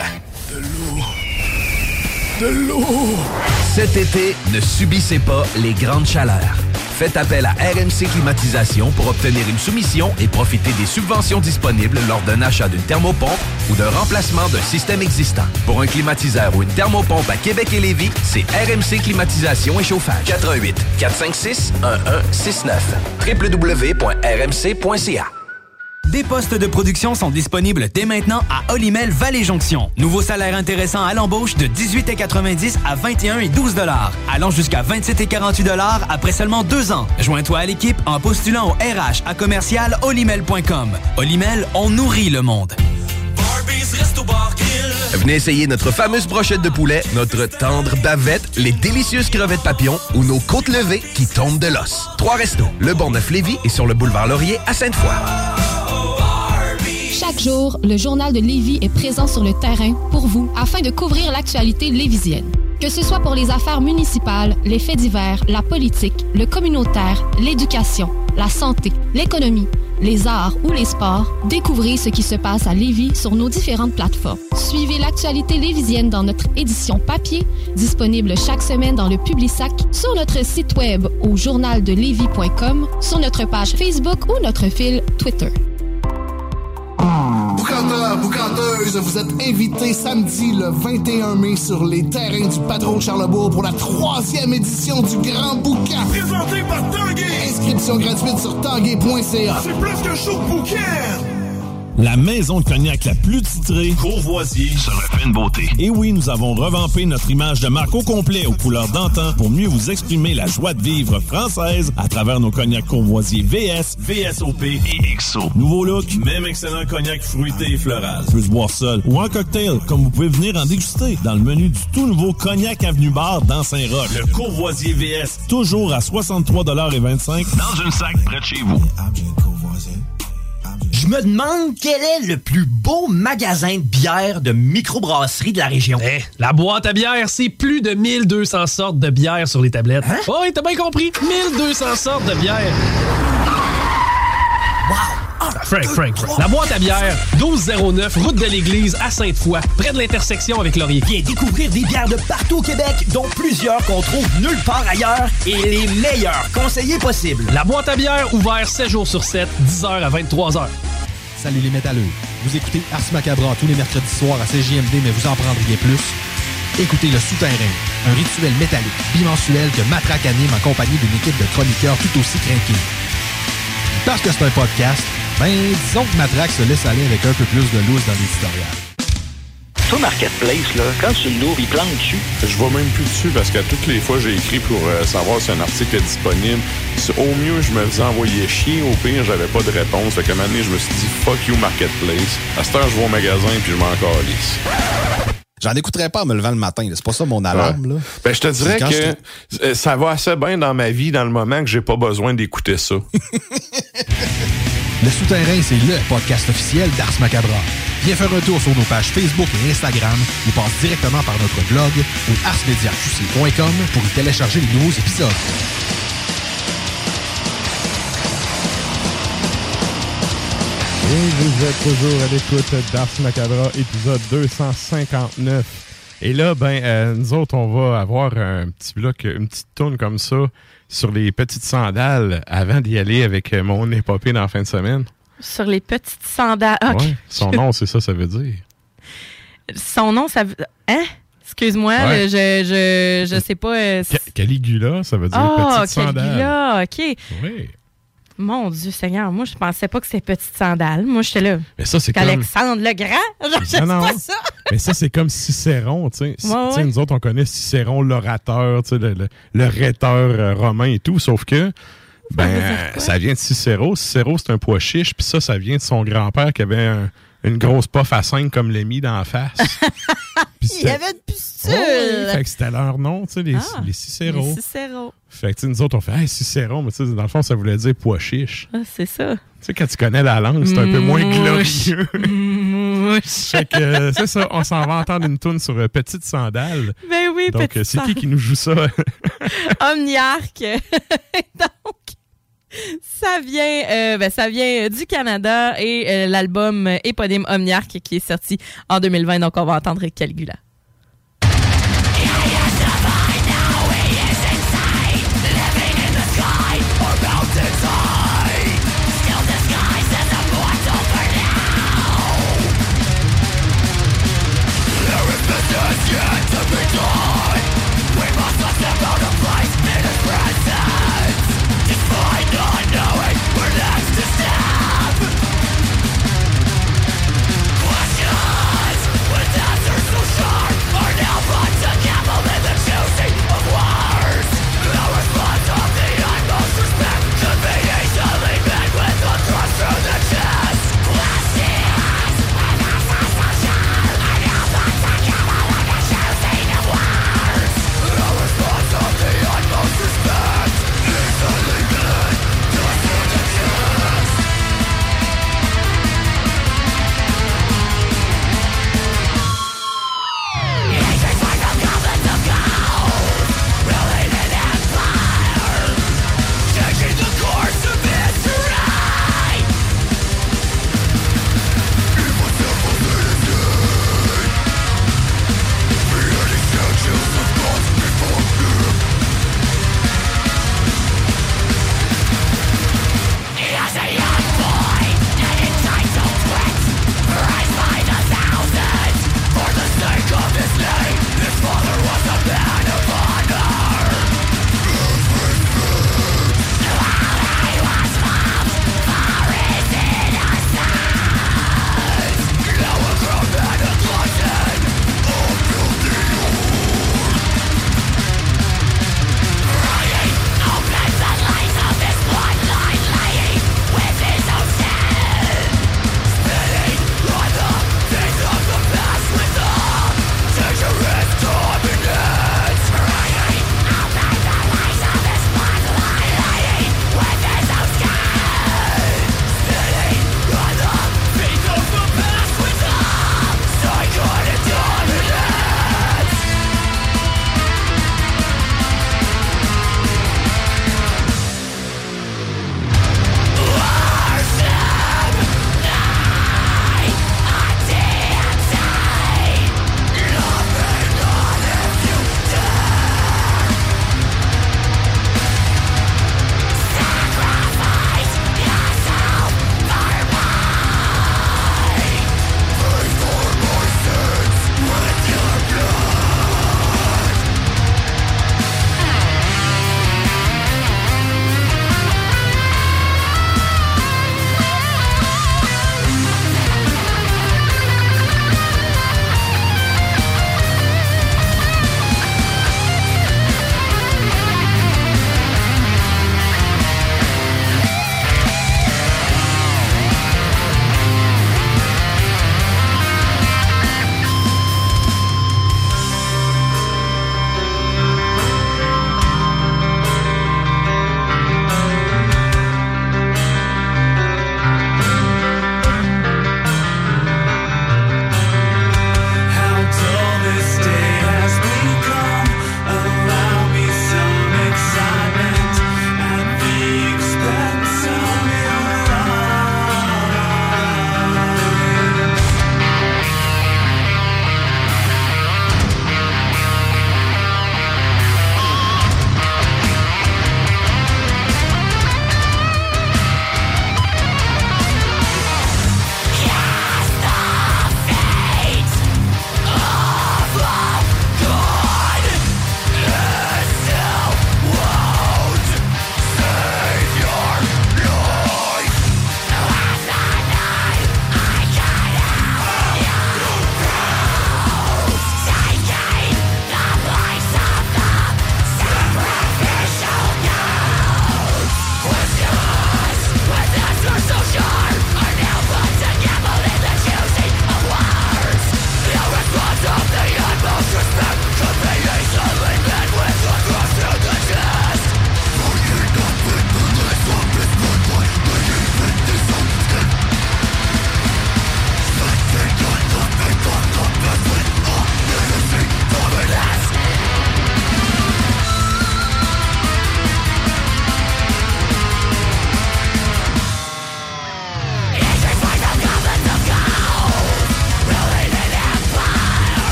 De l'eau. Cet été, ne subissez pas les grandes chaleurs. Faites appel à RMC Climatisation pour obtenir une soumission et profiter des subventions disponibles lors d'un achat d'une thermopompe ou d'un remplacement d'un système existant. Pour un climatiseur ou une thermopompe à Québec et Lévis, c'est RMC Climatisation et Chauffage. 88 456 1169 www.rmc.ca. Des postes de production sont disponibles dès maintenant à Olimel Vallée-Jonction. Nouveau salaire intéressant à l'embauche de 18,90 à 21 et 12 $, allant jusqu'à 27 et 48 $ après seulement 2 ans. Joins-toi à l'équipe en postulant au RH à commercial olimel.com. Olimel, on nourrit le monde. Venez essayer notre fameuse brochette de poulet, notre tendre bavette, les délicieuses crevettes papillons ou nos côtes levées qui tombent de l'os. 3 restos, le Bonneuf-Lévis et sur le boulevard Laurier à Sainte-Foy. Chaque jour, le Journal de Lévis est présent sur le terrain pour vous afin de couvrir l'actualité lévisienne. Que ce soit pour les affaires municipales, les faits divers, la politique, le communautaire, l'éducation, la santé, l'économie, les arts ou les sports, découvrez ce qui se passe à Lévis sur nos différentes plateformes. Suivez l'actualité lévisienne dans notre édition papier, disponible chaque semaine dans le Publisac, sur notre site web au journaldelevis.com, sur notre page Facebook ou notre fil Twitter. Bukanda boucanteurs, boucanteuses, vous êtes invités samedi le 21 mai sur les terrains du Patron de Charlebourg pour la 3e édition du Grand Boucan. Présenté par Tanguay. Inscription gratuite sur tanguay.ca. C'est plus qu'un show de bouquin. La maison de cognac la plus titrée, Courvoisier, se refait une beauté. Et oui, nous avons revampé notre image de marque au complet aux couleurs d'antan pour mieux vous exprimer la joie de vivre française à travers nos cognacs Courvoisier VS, VSOP et XO. Nouveau look, même excellent cognac fruité et floral. Peut se boire seul ou en cocktail, comme vous pouvez venir en déguster dans le menu du tout nouveau Cognac Avenue Bar dans Saint-Roch. Le Courvoisier VS, toujours à 63,25$ dans une sac près de chez vous. Je me demande quel est le plus beau magasin de bière de microbrasserie de la région. La boîte à bière, c'est plus de 1200 sortes de bière sur les tablettes. Hein? Oh, t'as bien compris, 1200 sortes de bière. Wow! Frank. La boîte à bière, 1209, route de l'église à Sainte-Foy, près de l'intersection avec Laurier. Viens découvrir des bières de partout au Québec, dont plusieurs qu'on trouve nulle part ailleurs, et les meilleurs conseillers possibles. La boîte à bière, ouvert 7 jours sur 7, 10h à 23h. Salut les métalleux. Vous écoutez Ars Macabra tous les mercredis soirs à CJMD, mais vous en prendriez plus. Écoutez Le Souterrain, un rituel métallique bimensuel que Matraque anime en compagnie d'une équipe de chroniqueurs tout aussi crinqués. Parce que c'est un podcast, disons que Matraque se laisse aller avec un peu plus de loose dans l'éditorial. Toi, Marketplace, là, quand tu l'ouvres, il plante dessus. Je vais même plus dessus parce que toutes les fois, j'ai écrit pour savoir si un article est disponible. Au mieux, je me faisais envoyer chier. Au pire, j'avais pas de réponse. Fait qu'à un moment donné, je me suis dit « Fuck you, Marketplace ». À cette heure, je vais au magasin puis je m'en calisse. J'en écouterais pas en me levant le matin. Là. C'est pas ça mon alarme. Là. Ben, je te dirais que ça va assez bien dans ma vie dans le moment que j'ai pas besoin d'écouter ça. Le Souterrain, c'est le podcast officiel d'Ars Macabra. Viens faire un tour sur nos pages Facebook et Instagram ou passe directement par notre blog ou arsmediaqc.com pour y télécharger les nouveaux épisodes. Et vous êtes toujours à l'écoute d'Ars Macabra, épisode 259. Et là, nous autres, on va avoir un petit bloc, une petite tourne comme ça sur les petites sandales avant d'y aller avec mon épopée dans la fin de semaine. Sur les petites sandales. Okay. Ouais, son nom, c'est ça veut dire. Son nom, ça veut... Hein? Excuse-moi, ouais. Je sais pas... Caligula, ça veut dire petite sandale. Caligula, OK. Oui. Mon Dieu Seigneur, moi, je pensais pas que c'était petite sandale. Moi, j'étais là. Mais ça, c'est comme... Alexandre le Grand? Je sais pas ça. Mais ça, c'est comme Cicéron, tu sais. Ouais. Nous autres, on connaît Cicéron, l'orateur, tu sais, le rhéteur romain et tout, sauf que ça vient de Cicéro. Cicéro, c'est un pois chiche, puis ça vient de son grand-père qui avait une grosse puff à 5 comme l'émi dans la face. Il y avait une pustule! Fait que c'était leur nom, tu sais, les Cicéros. Les Cicéros. Fait que nous autres, on fait « Hey, Cicéron », mais tu sais, dans le fond, ça voulait dire pois chiche. Ah, c'est ça. Tu sais, quand tu connais la langue, c'est un peu moins glorieux. Fait que c'est ça, on s'en va entendre une toune sur Petite Sandale. Ben oui, donc, Petite c'est qui nous joue ça? Omniarch. Donc, ça vient du Canada et l'album éponyme Omniarch qui est sorti en 2020. Donc, on va entendre Caligula.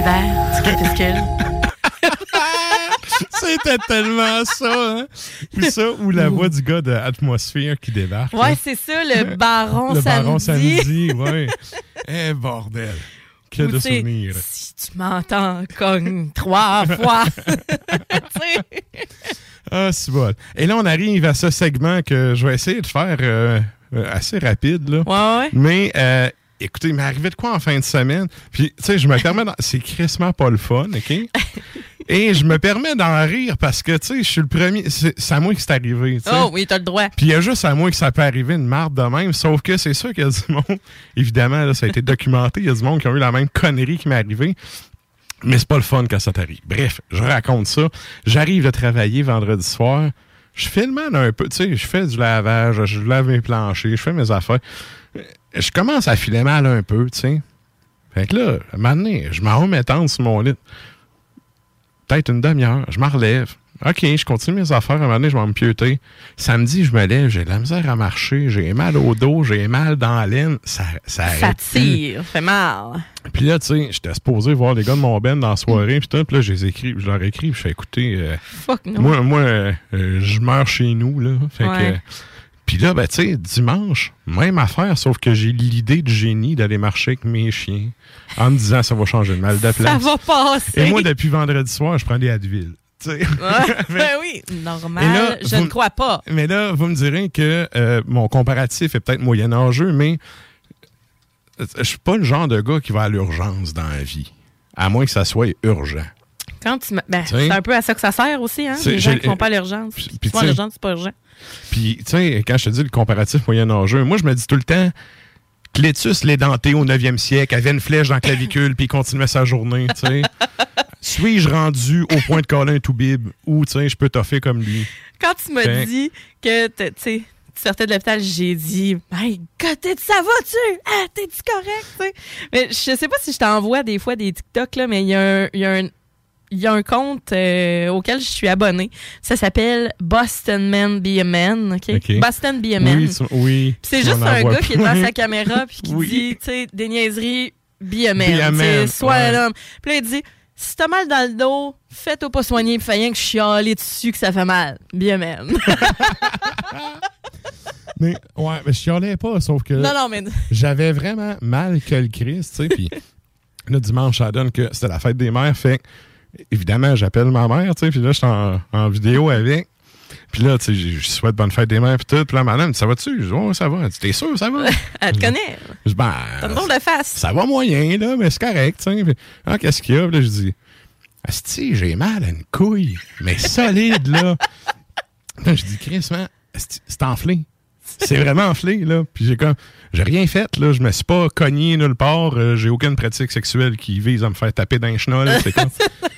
l'univers du crépuscule. C'était tellement ça, hein? Puis ça, ou la voix du gars de Atmosphere qui débarque. Ouais, hein? c'est ça, le baron Le samedi. baron samedi, ouais. Eh, bordel. Que de souvenirs. Si tu m'entends, cogne 3 fois. Ah, c'est bon. Et là, on arrive à ce segment que je vais essayer de faire assez rapide, là. Ouais. Mais, écoutez, il m'est arrivé de quoi en fin de semaine? Puis, tu sais, je me permets... C'est crissement pas le fun, OK? Et je me permets d'en rire parce que, tu sais, je suis le premier... C'est à moi que c'est arrivé, tu sais. Oh oui, t'as le droit. Puis il y a juste à moi que ça peut arriver une marde de même, sauf que c'est sûr qu'il y a du monde... Évidemment, là, ça a été documenté, il y a du monde qui ont eu la même connerie qui m'est arrivée. Mais c'est pas le fun quand ça t'arrive. Bref, je raconte ça. J'arrive de travailler vendredi soir. Je fais le mal un peu, tu sais, je fais du lavage, je lave mes planchers, je fais mes affaires. Je commence à filer mal un peu, tu sais. Fait que là, à un moment donné, je m'en remets tendre sur mon lit. Peut-être une demi-heure, je m'en relève. OK, je continue mes affaires. À un moment donné, je vais me pieuter. Samedi, je me lève, j'ai de la misère à marcher, j'ai mal au dos, j'ai mal dans la laine. Ça tire, fait mal. Puis là, tu sais, j'étais supposé voir les gars de mon ben dans la soirée, puis là, je leur écris, je fais écouter. Fuck no. Moi, je meurs chez nous, là. Fait que. Puis là, ben, tu sais, dimanche, même affaire, sauf que j'ai l'idée de génie d'aller marcher avec mes chiens en me disant ça va changer le mal de place. Ça va passer. Et moi, depuis vendredi soir, je prends des Advil. Ben oui, normal, là, je ne crois pas. Mais là, vous me direz que mon comparatif est peut-être moyenâgeux, mais je suis pas le genre de gars qui va à l'urgence dans la vie, à moins que ça soit urgent. C'est un peu à ça que ça sert aussi, hein? Les gens qui font pas à l'urgence. Puis l'urgence, c'est pas urgent. Puis, tu sais, quand je te dis le comparatif moyen-âgeux, moi, je me dis tout le temps, Clétus l'édenté au 9e siècle avait une flèche dans la clavicule puis il continuait sa journée, tu sais. Suis-je rendu au point de coller un toubib ou, tu sais, je peux toffer comme lui? Quand tu m'as dit que, tu sais, tu sortais de l'hôpital, j'ai dit, my God, ça va-tu? Ah, t'es-tu correct, tu sais? Mais je sais pas si je t'envoie des fois des TikTok, là, mais il y a un compte auquel je suis abonné. Ça s'appelle Boston Man Be a Man. Okay? Boston Be a Man. Oui. C'est juste un gars qui est devant sa caméra puis qui dit, tu sais, des niaiseries, be a man. Sois un homme. Puis là, il dit, si t'as mal dans le dos, fais-toi pas soigner, puis fais rien que chialer dessus que ça fait mal. Be a man. Mais je chialais pas, sauf que mais... j'avais vraiment mal que le Christ, tu sais. Puis là, dimanche, ça donne que c'était la fête des mères, fait évidemment, j'appelle ma mère, tu sais, puis là, je suis en vidéo avec. Puis là, tu sais, je souhaite bonne fête des mères, puis tout. Puis là, madame, ça va-tu? Je dis, oh, ça va. Elle dit, t'es sûr, ça va? Elle te connaît. Je dis, t'as une drôle de face. Ça va moyen, là, mais c'est correct, tu sais. Ah, qu'est-ce qu'il y a? Puis là, je dis, asti, j'ai mal à une couille, mais solide, là. Puis là, je dis, Chris, man, c'est enflé. C'est vraiment enflé, là. Puis j'ai rien fait, là. Je me suis pas cogné nulle part. J'ai aucune pratique sexuelle qui vise à me faire taper d'un chenol. C'est comme...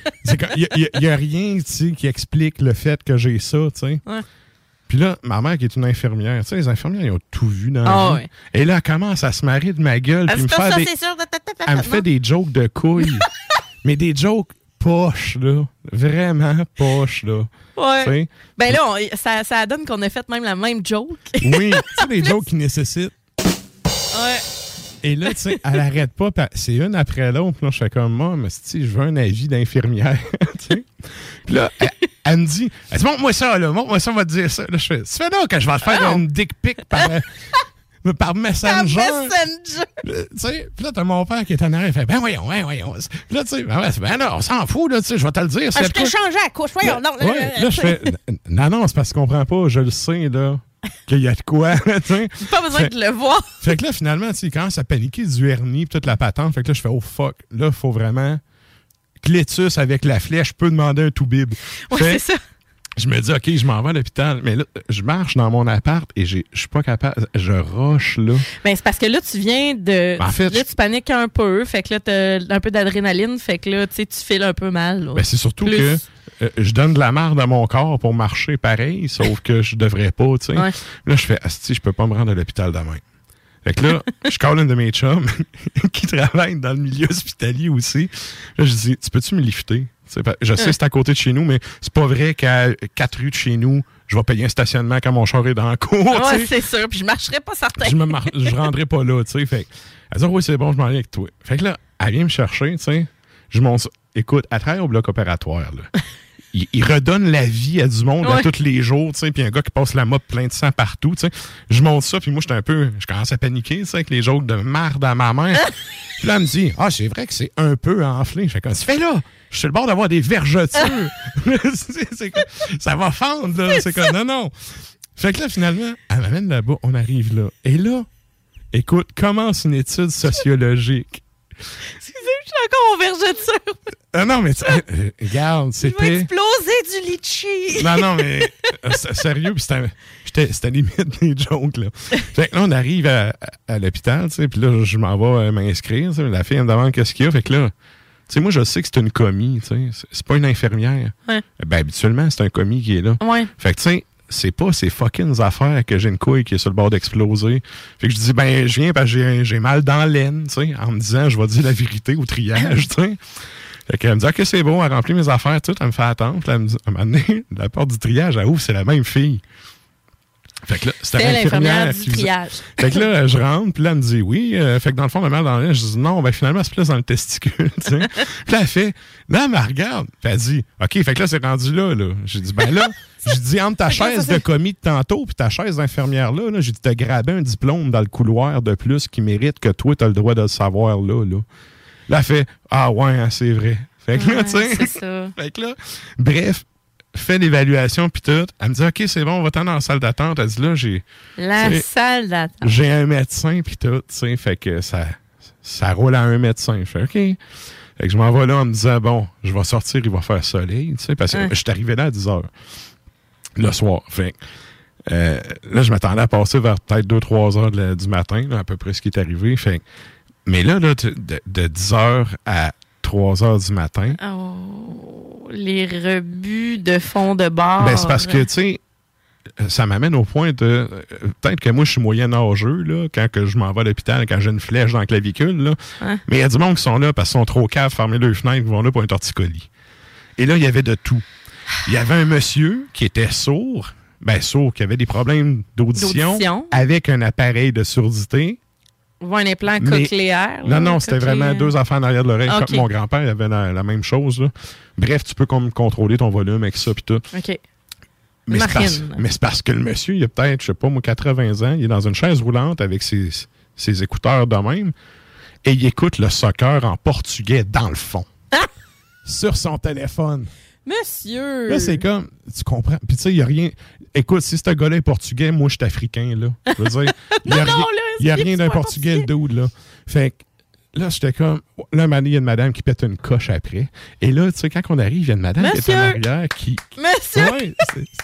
Il y a rien, tu sais, qui explique le fait que j'ai ça, tu sais. Ouais. Puis là, ma mère qui est une infirmière, tu sais, les infirmières, ils ont tout vu dans la vie. Ouais. Et là, elle commence à se marrer de ma gueule. Puis elle me fait des jokes de couilles. Mais des jokes poches, là. Vraiment poches, là. Ouais. T'sais? Ben là, ça donne qu'on a fait même la même joke. Oui, tu sais, des jokes qui nécessitent. Ouais. Et là, tu sais, elle arrête pas. C'est une après l'autre. Là, je fais comme moi, mais si je veux un avis d'infirmière. Puis là, elle me dit, montre-moi ça, là. Montre-moi ça, on va te dire ça. Là, je fais, c'est fait là que je vais te faire une dick pic par Messenger. Tu sais, puis là, t'as mon père qui est en arrière, il fait, ben voyons. Puis là, tu sais, ben là, on s'en fout, là, tu sais, je vais te le dire. Je t'ai changé à couche, voyons. Là, je fais, non, c'est parce que tu comprends pas, je le sais, là. Qu'il y a de quoi, tu sais. Pas besoin de le voir. Fait que là, finalement, tu sais, il commence à paniquer du hernie pis toute la patente. Fait que là, je fais, oh fuck, là, il faut vraiment. Clétus avec la flèche peut demander un tout-bib. Ouais, c'est ça. Je me dis, OK, je m'en vais à l'hôpital. Mais là, je marche dans mon appart et je suis pas capable. Je rush, là. Ben, c'est parce que là, tu viens de. En fait, là, tu paniques un peu. Fait que là, t'as un peu d'adrénaline. Fait que là, tu sais, tu files un peu mal. Là. Ben, c'est surtout que je donne de la merde à mon corps pour marcher pareil, sauf que je devrais pas, tu sais. Ouais. Là, je fais, asti, je peux pas me rendre à l'hôpital demain. Fait que là, je call une de mes chums qui travaille dans le milieu hospitalier aussi. Là, je dis, tu peux-tu me lifter? Je sais que c'est à côté de chez nous, mais c'est pas vrai qu'à 4 rues de chez nous, je vais payer un stationnement quand mon char est dans la cour. Ouais, c'est sûr. Puis je marcherai pas certain. Je rendrai pas là, tu sais. Fait elle dit, oui, c'est bon, je m'en viens avec toi. Fait que là, elle vient me chercher, tu sais. Je monte ça. Écoute, à travers au bloc opératoire, là, il redonne la vie à du monde à tous les jours, tu sais, puis un gars qui passe la mop plein de sang partout, tu sais. Je monte ça, puis moi, je commence à paniquer, tu sais, avec les jokes de merde à ma mère. Puis là, elle me dit, c'est vrai que c'est un peu enflé. Je fais comme, fais là! Je suis sur le bord d'avoir des vergetures. Ça va fendre, là. C'est comme, non. Fait que là, finalement, elle m'amène là-bas, on arrive là. Et là, écoute, commence une étude sociologique. Excusez, je suis encore en vergeture. Non, mais regarde, c'était... Je vais exploser du litchi. Non, mais sérieux, puis c'était limite des jokes, là. Fait que là, on arrive à l'hôpital, tu sais, puis là, je m'en vais m'inscrire, tu sais, la fille, elle me demande qu'est-ce qu'il y a, fait que là, tu sais, moi, je sais que c'est une commis, tu sais, c'est pas une infirmière. Ouais. Ben, habituellement, c'est un commis qui est là. Ouais. Fait que, tu sais, c'est pas ces fucking affaires que j'ai une couille qui est sur le bord d'exploser. Fait que je dis, ben, je viens parce que j'ai mal dans l'aine, tu sais, en me disant, je vais dire la vérité au triage, tu sais. Fait qu'elle me dit, OK, c'est bon, elle remplit mes affaires, tout, elle me fait attendre. Puis elle me dit, à un moment donné, la porte du triage, elle ouvre, c'est la même fille. Fait que là, c'était l'infirmière du triage. Fait que là, je rentre, puis là, elle me dit oui. Fait que dans le fond, ma mère dans l'aine, je dis non, ben finalement, c'est plus dans le testicule, tu sais. Puis là, elle fait, non, mais regarde. Puis elle dit, OK, fait que là, c'est rendu là. J'ai dit, ben là, j'ai dit, entre ta chaise de commis de tantôt puis ta chaise d'infirmière là, j'ai dit, t'as grabé un diplôme dans le couloir de plus qui mérite que toi, t'as le droit de le savoir là. Là, elle fait, ouais, c'est vrai. Fait que là, tu sais. C'est ça. Fait que là, bref, fait l'évaluation puis tout. Elle me dit, OK, c'est bon, on va t'en dans la salle d'attente. Elle dit, là, salle d'attente. J'ai un médecin puis tout, tu sais. Fait que ça roule à un médecin. Je fais, OK. Fait que je m'en vais là en me disant, bon, je vais sortir, il va faire soleil, tu sais. Parce que je suis arrivé là à 10h le soir. Fait que, là, je m'attendais à passer vers peut-être 2-3 heures du matin, là, à peu près ce qui est arrivé. Fait que, mais là, de 10h à 3 heures du matin. Oh, les rebuts de fond de bord. Ben, c'est parce que, tu sais, ça m'amène au point de... peut-être que moi, je suis moyen nageux, là, quand que je m'en vais à l'hôpital, quand j'ai une flèche dans la clavicule, là. Mais il y a du monde qui sont là parce qu'ils sont trop caves, fermer leurs fenêtres, ils vont là pour un torticolis. Et là, il y avait de tout. Il y avait un monsieur qui était sourd, qui avait des problèmes d'audition. Avec un appareil de surdité. Ou un implant cochléaire. Non, c'était vraiment 2 enfants en arrière de l'oreille. Okay. Comme mon grand-père, il avait la même chose. Là. Bref, tu peux comme contrôler ton volume avec ça puis tout. OK. Mais c'est parce que le monsieur, il a peut-être, je sais pas, moi, 80 ans, il est dans une chaise roulante avec ses écouteurs de même et il écoute le soccer en portugais dans le fond. Sur son téléphone. Monsieur! Là, c'est comme, tu comprends? Puis tu sais, il n'y a rien... Écoute, si ce gars-là est portugais, moi, je suis africain, là. Je veux dire, il n'y a rien d'un portugais, le dude, là. Fait que là, j'étais comme... Là, il y a une madame qui pète une coche après. Et là, tu sais, quand on arrive, il y a une madame qui est en arrière qui... Monsieur! Ouais,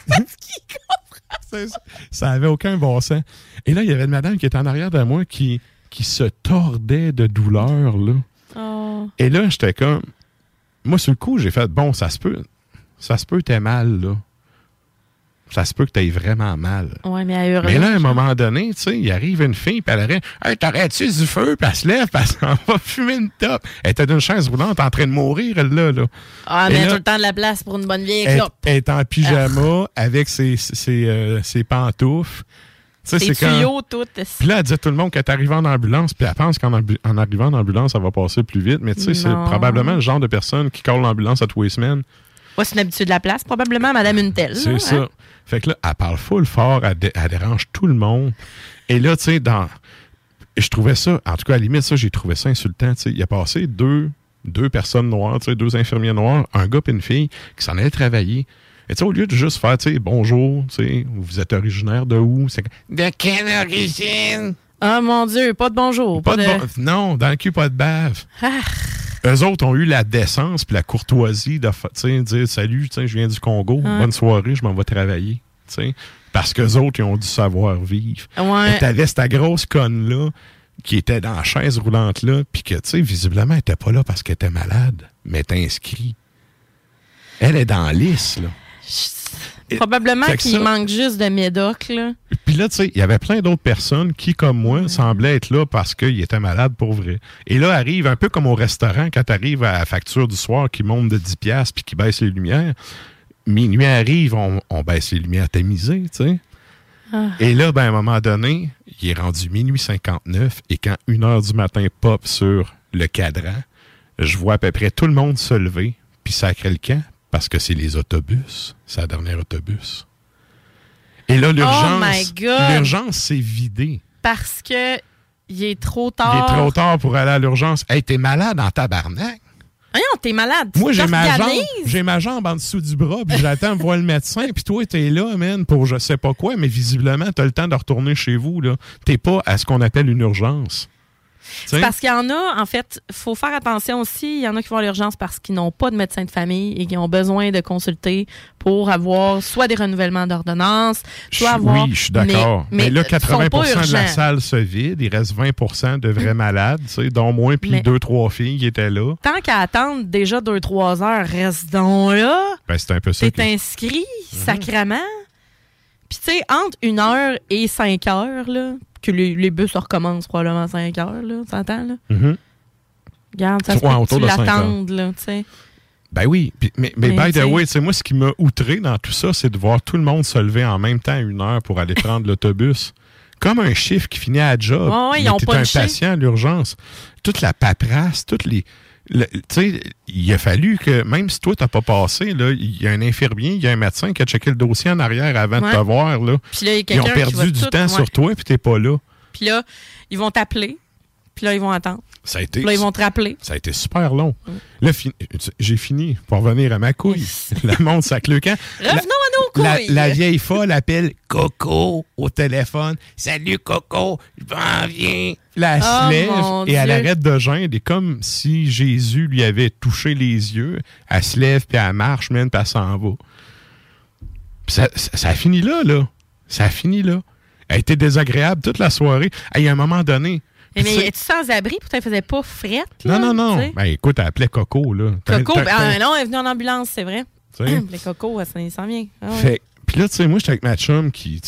ça avait aucun bon sens. Et là, il y avait une madame qui était en arrière de moi qui se tordait de douleur, là. Oh. Et là, j'étais comme... Moi, sur le coup, j'ai fait, bon, ça se peut t'aies mal, là. Ça se peut que t'aies vraiment mal. Ouais, mais à Mais là, à un moment donné, tu sais, il arrive une fille, puis elle aurait, hey, t'arrêtes-tu du feu, puis elle se lève, puis elle s'en va fumer une top. Elle était d'une chaise roulante en train de mourir, elle, là. Ah, mais elle a tout le temps de la place pour une bonne vieille clope. Elle est en pyjama, avec ses pantoufles. Des tuyaux, tout. Puis là, elle dit à tout le monde qu'elle est arrivée en ambulance, puis elle pense qu'en arrivant en ambulance, ça va passer plus vite. Mais tu sais, c'est probablement le genre de personne qui colle l'ambulance à tous les semaines. Ouais, c'est une habitude de la place, probablement Madame Untel. C'est ça. Hein? Fait que là, elle parle full fort, elle dérange tout le monde. Et là, tu sais, je trouvais ça, en tout cas, à la limite, ça, j'ai trouvé ça insultant. Tu sais, il a passé deux personnes noires, tu sais, 2 infirmiers noirs, un gars et une fille qui s'en allaient travailler. Et tu sais, au lieu de juste faire, tu sais, bonjour, tu sais, vous êtes originaire de où? C'est de quelle origine? Ah, mon Dieu, pas de bonjour. Non, dans le cul, pas de bave. Ah. Eux autres ont eu la décence puis la courtoisie de dire salut, je viens du Congo, bonne soirée, je m'en vais travailler. T'sais. Parce qu'eux autres, ils ont du savoir-vivre. Ouais. T'avais cette grosse conne-là qui était dans la chaise roulante-là, puis que, tu sais, visiblement, elle n'était pas là parce qu'elle était malade, mais elle était inscrite. Elle est dans la liste, là. Probablement qu'il manque juste de médoc, là. Puis là, tu sais, il y avait plein d'autres personnes qui, comme moi, semblaient être là parce qu'ils étaient malades pour vrai. Et là, arrive un peu comme au restaurant, quand tu arrives à la facture du soir qui monte de 10$ puis qui baisse les lumières. Minuit arrive, on baisse les lumières tamisées, tu sais. Ah. Et là, ben, à un moment donné, il est rendu minuit 59 et quand 1h du matin pop sur le cadran, je vois à peu près tout le monde se lever, puis sacrer le camp, parce que c'est les autobus. C'est la dernière autobus. Et là, l'urgence s'est vidée. Parce que il est trop tard. Il est trop tard pour aller à l'urgence. Hey, t'es malade en tabarnak. Non, t'es malade. Moi, j'ai ma jambe en dessous du bras, puis j'attends de voir le médecin, puis toi, t'es là, man, pour je sais pas quoi, mais visiblement, t'as le temps de retourner chez vous, là. T'es pas à ce qu'on appelle une urgence. C'est parce qu'il y en a, en fait, il faut faire attention aussi. Il y en a qui vont à l'urgence parce qu'ils n'ont pas de médecin de famille et qui ont besoin de consulter pour avoir soit des renouvellements d'ordonnances, soit avoir... Oui, je suis d'accord. Mais là, 80% de la salle se vide. Il reste 20% de vrais malades, tu sais, dont moi puis 2-3 filles qui étaient là. Tant qu'à attendre déjà 2-3 heures, reste donc là. Ben, c'est un peu ça. T'es inscrit, sacrément. Puis, tu sais, entre 1 heure et 5 heures, là, que les bus recommencent probablement à 5 heures, là, tu entends, là? Regarde, ça se peut que tu l'attendes, là, tu sais. Ben oui, mais by the way, tu sais, moi, ce qui m'a outré dans tout ça, c'est de voir tout le monde se lever en même temps 1 heure pour aller prendre l'autobus. Comme un chiffre qui finit à la job. Ouais, ils ont pas un patient à l'urgence. Toute la paperasse, toutes les... Tu sais, il a fallu que, même si toi, t'as pas passé, là, il y a un infirmier, il y a un médecin qui a checké le dossier en arrière avant de te voir. Là. Puis là, il y a ils ont perdu du temps sur toi, puis t'es pas là. Puis là, ils vont t'appeler, puis là, ils vont attendre. Ça a été, puis là, ils vont te rappeler. Ça a été super long. Là, j'ai fini pour revenir à ma couille. Le monde sac le camp. Revenons à nos couilles. La vieille folle appelle Coco au téléphone. Salut Coco, je m'en viens. Là, elle se lève et elle arrête de geindre. Et comme si Jésus lui avait touché les yeux, elle se lève puis elle marche, même, puis elle s'en va. Puis ça a fini là. Ça a fini là. Elle a été désagréable toute la soirée. Il y a un moment donné. Mais es-tu sans abri? Pourtant, elle faisait pas frette. Là, non. Ben, écoute, elle appelait Coco, là. Coco, non, elle est venue en ambulance, c'est vrai. Les Coco, elle s'en vient. Ah, ouais. Puis là, tu sais, moi, j'étais avec ma chum qui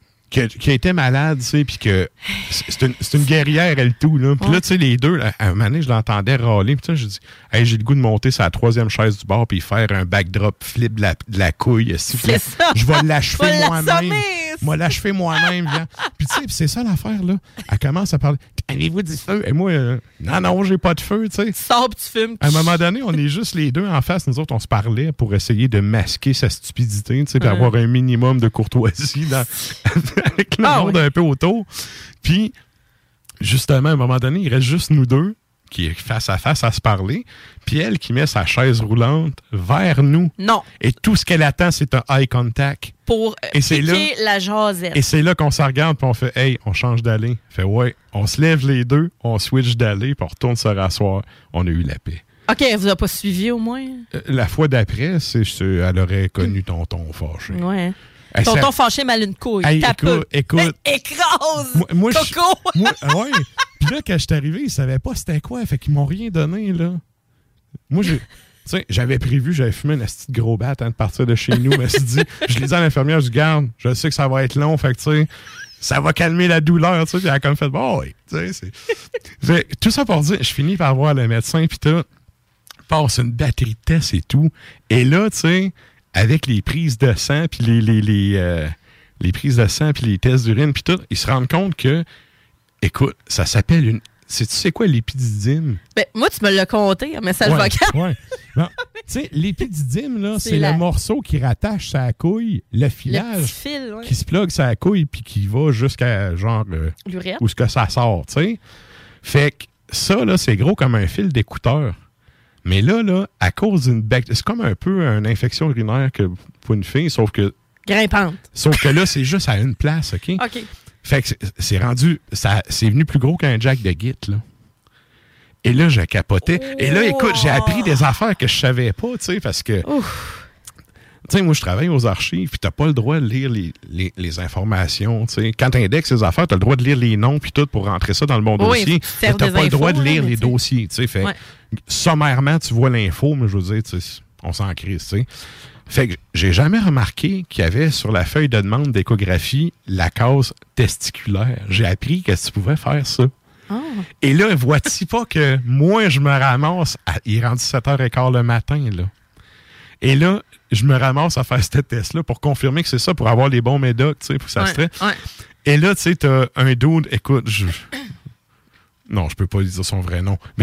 a été malade, tu sais, puis que c'est une guerrière, elle, tout, là. Puis là, tu sais, les deux, là, à un moment donné, je l'entendais râler. Puis je dis, hey, j'ai le goût de monter sur la 3e chaise du bar puis faire un backdrop flip de la couille. C'est ça. Je vais l'achever moi-même. Moi, l'achever moi-même, viens. Puis tu sais, c'est ça l'affaire, là. Elle commence à parler. Avez-vous du feu? Et moi, non, j'ai pas de feu, tu sais. Sors, tu fumes. À un moment donné, on est juste les deux en face. Nous autres, on se parlait pour essayer de masquer sa stupidité, tu sais, d'avoir un minimum de courtoisie avec le monde un peu autour. Puis, justement, à un moment donné, il reste juste nous deux qui est face à face à se parler, puis elle qui met sa chaise roulante vers nous. Non. Et tout ce qu'elle attend, c'est un eye contact. Pour piquer la jasette. Et c'est là qu'on se regarde, puis on fait « Hey, on change d'aller. » Fait « Ouais. » On se lève les deux, on switch d'aller, puis on retourne se rasseoir. On a eu la paix. OK, elle vous a pas suivi au moins? La fois d'après, elle aurait connu tonton fâché. Ouais. Tonton fâché mal une couille. Hey, écoute. Écrase! Moi, Coco! Ouais. Puis là, quand je suis arrivé, ils savaient pas c'était quoi. Fait qu'ils m'ont rien donné, là. Moi, j'avais prévu, j'avais fumé un petit gros bat avant de partir de chez nous. Mais je dit, je l'ai dit à l'infirmière, je dis, garde, je sais que ça va être long. Fait que, tu sais, ça va calmer la douleur, tu sais. Puis elle a comme fait, bon, oui, tu sais, fait, tout ça pour dire, je finis par voir le médecin, puis tout. Passe une batterie de tests et tout. Et là, tu sais, avec les prises de sang, puis les prises de sang, puis les tests d'urine, puis tout, ils se rendent compte que, écoute, ça s'appelle une... Tu sais quoi, l'épididyme? Ben, moi, tu me l'as compté, un message vocal. Ouais. Tu sais, l'épididyme, là, c'est le morceau qui rattache sa couille, le filage, le petit fil, qui se plug sa couille, puis qui va jusqu'à, genre, où est-ce que ça sort, tu sais. Fait que ça, là, c'est gros comme un fil d'écouteur. Mais là, à cause d'une bactérie, c'est comme un peu une infection urinaire que pour une fille, sauf que... Grimpante. Sauf que là, c'est juste à une place, OK? OK. Fait que c'est rendu... C'est venu plus gros qu'un jack de Git, là. Et là, j'ai capoté. Oh. Et là, écoute, j'ai appris des affaires que je savais pas, tu sais, parce que... Tu sais, moi, je travaille aux archives, puis t'as pas le droit de lire les informations, tu sais. Quand t'indexes les affaires, t'as le droit de lire les noms, puis tout, pour rentrer ça dans le bon dossier. Mais t'as pas le droit de lire les dossiers, tu sais. Fait sommairement, tu vois l'info, mais je veux dire, on s'en crise, tu sais. Fait que j'ai jamais remarqué qu'il y avait sur la feuille de demande d'échographie la case testiculaire. J'ai appris que tu pouvais faire ça. Oh. Et là, vois-tu pas que moi, je me ramasse, il est rendu 7h15 le matin, là. Et là, je me ramasse à faire ce test-là pour confirmer que c'est ça, pour avoir les bons médocs, tu sais, pour que ça se traite. Ouais. Et là, tu sais, t'as un dude, écoute, non, je peux pas lui dire son vrai nom. Bref,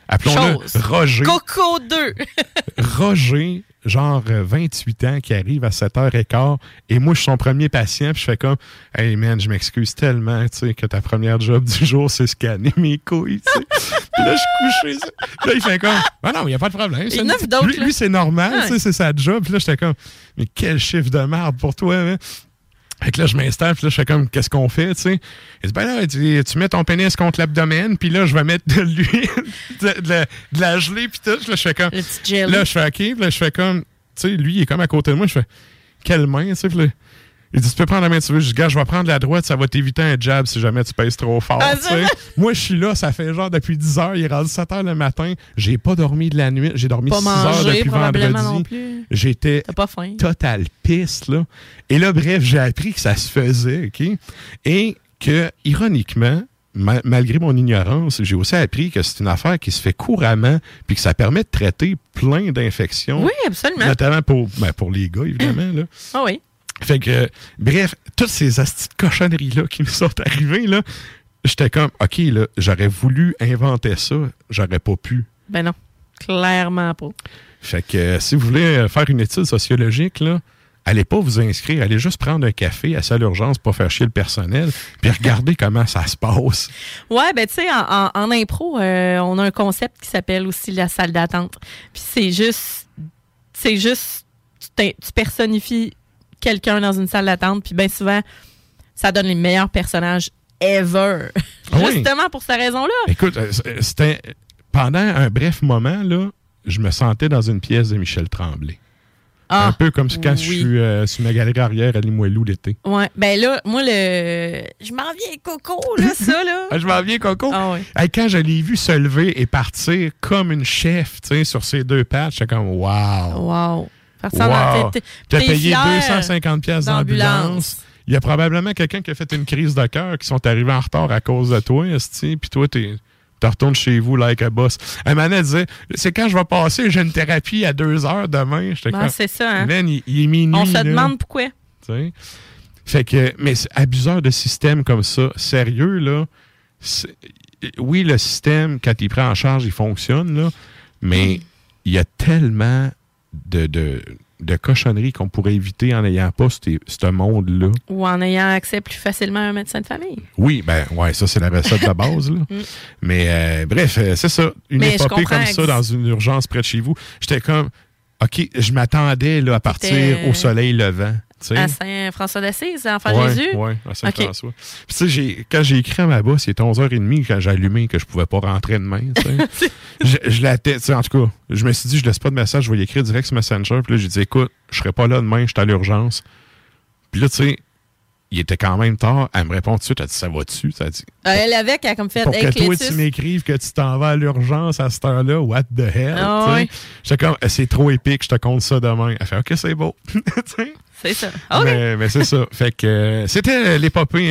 appelons-le Roger. Coco 2. Roger, genre 28 ans, qui arrive à 7h15, et moi, je suis son premier patient, puis je fais comme, « Hey man, je m'excuse tellement, tu sais, que ta première job du jour, c'est scanner mes couilles, tu sais. » Puis là, je suis couché, là, il fait comme, « Ah non, il n'y a pas de problème. » Lui, c'est normal, tu sais, c'est sa job. Puis là, j'étais comme, « Mais quel chiffre de merde pour toi, hein? » Fait que là, je m'installe, puis là, je fais comme, qu'est-ce qu'on fait, tu sais? Il dit, ben là, tu mets ton pénis contre l'abdomen, puis là, je vais mettre de l'huile, de la gelée, puis tout. Là, je fais comme. Le petit gel. Là, je fais, OK, puis là, je fais comme, tu sais, lui, il est comme à côté de moi, je fais, quelle main, tu sais? Puis là, il dit, tu peux prendre la main que tu veux. Je dis, gars, je vais prendre la droite, ça va t'éviter un jab si jamais tu pèses trop fort, tu sais. Moi, je suis là, ça fait genre depuis 10 heures, il est rendu 7 heures le matin. J'ai pas dormi de la nuit, j'ai dormi 6 heures depuis vendredi. Non plus. J'étais total pisse, là. Et là, bref, j'ai appris que ça se faisait, OK? Et que, ironiquement, malgré mon ignorance, j'ai aussi appris que c'est une affaire qui se fait couramment puis que ça permet de traiter plein d'infections. Oui, absolument. Notamment pour les gars, évidemment, là. Ah oui. Fait que, bref, toutes ces astuces de cochonneries-là qui me sont arrivées, là, j'étais comme, OK, là, j'aurais voulu inventer ça, j'aurais pas pu. Ben non, clairement pas. Fait que, si vous voulez faire une étude sociologique, là, allez pas vous inscrire, allez juste prendre un café à salle urgence pour faire chier le personnel, puis regardez comment ça se passe. Ouais, ben tu sais, en impro, on a un concept qui s'appelle aussi la salle d'attente. Puis c'est juste, tu personnifies quelqu'un dans une salle d'attente, puis bien souvent, ça donne les meilleurs personnages ever. Justement pour cette raison-là. Écoute, c'était pendant un bref moment, là, je me sentais dans une pièce de Michel Tremblay. Un peu comme quand je suis sur ma galerie arrière à Limoilou l'été. Ouais, ben là, moi, je m'en viens Coco, là, ça, là. Je m'en viens Coco. Ah ouais. Hey, quand je l'ai vu se lever et partir comme une chef, tu sais, sur ses deux pattes, j'étais comme, wow. Wow. T'as payé 250 pièces d'ambulance. Il y a probablement quelqu'un qui a fait une crise de cœur qui sont arrivés en retard à cause de toi, puis toi, tu retournes chez vous like a boss. Manette disait, c'est quand je vais passer, j'ai une thérapie à 2h demain. C'est ça, hein? Man, il est minuit. On se demande pourquoi. T'sais? Fait que, mais abuseur de système comme ça, sérieux, là, oui, le système, quand il prend en charge, il fonctionne, là, mais il y a tellement de cochonneries qu'on pourrait éviter en n'ayant pas ce monde-là. Ou en ayant accès plus facilement à un médecin de famille. Oui, ben ouais, ça c'est la recette de base. Là. Mais bref, c'est ça. Une épopée comme ça dans une urgence près de chez vous. J'étais comme, OK, je m'attendais là, à partir au soleil levant. T'sais. À Saint-François d'Assise, Enfant Jésus? Oui, à Saint-François. Puis tu sais, quand j'ai écrit à ma boss, il était 11h30 quand j'ai allumé que je pouvais pas rentrer demain. je l'attends, en tout cas, je me suis dit, je laisse pas de message, je vais y écrire direct sur Messenger. Puis là, j'ai dit, écoute, je serai pas là demain, je suis à l'urgence. Puis là, tu sais, il était quand même tard. Elle me répond tout de suite, elle dit, ça va-tu? Ça dit, elle avait, elle a comme fait, pour que toi, tu m'écrives que tu t'en vas à l'urgence à cette heure-là, what the hell? Oui. J'étais comme, c'est trop épique, je te compte ça demain. Elle fait, OK, c'est beau. C'est ça. Okay. Mais c'est ça. Fait que c'était l'épopée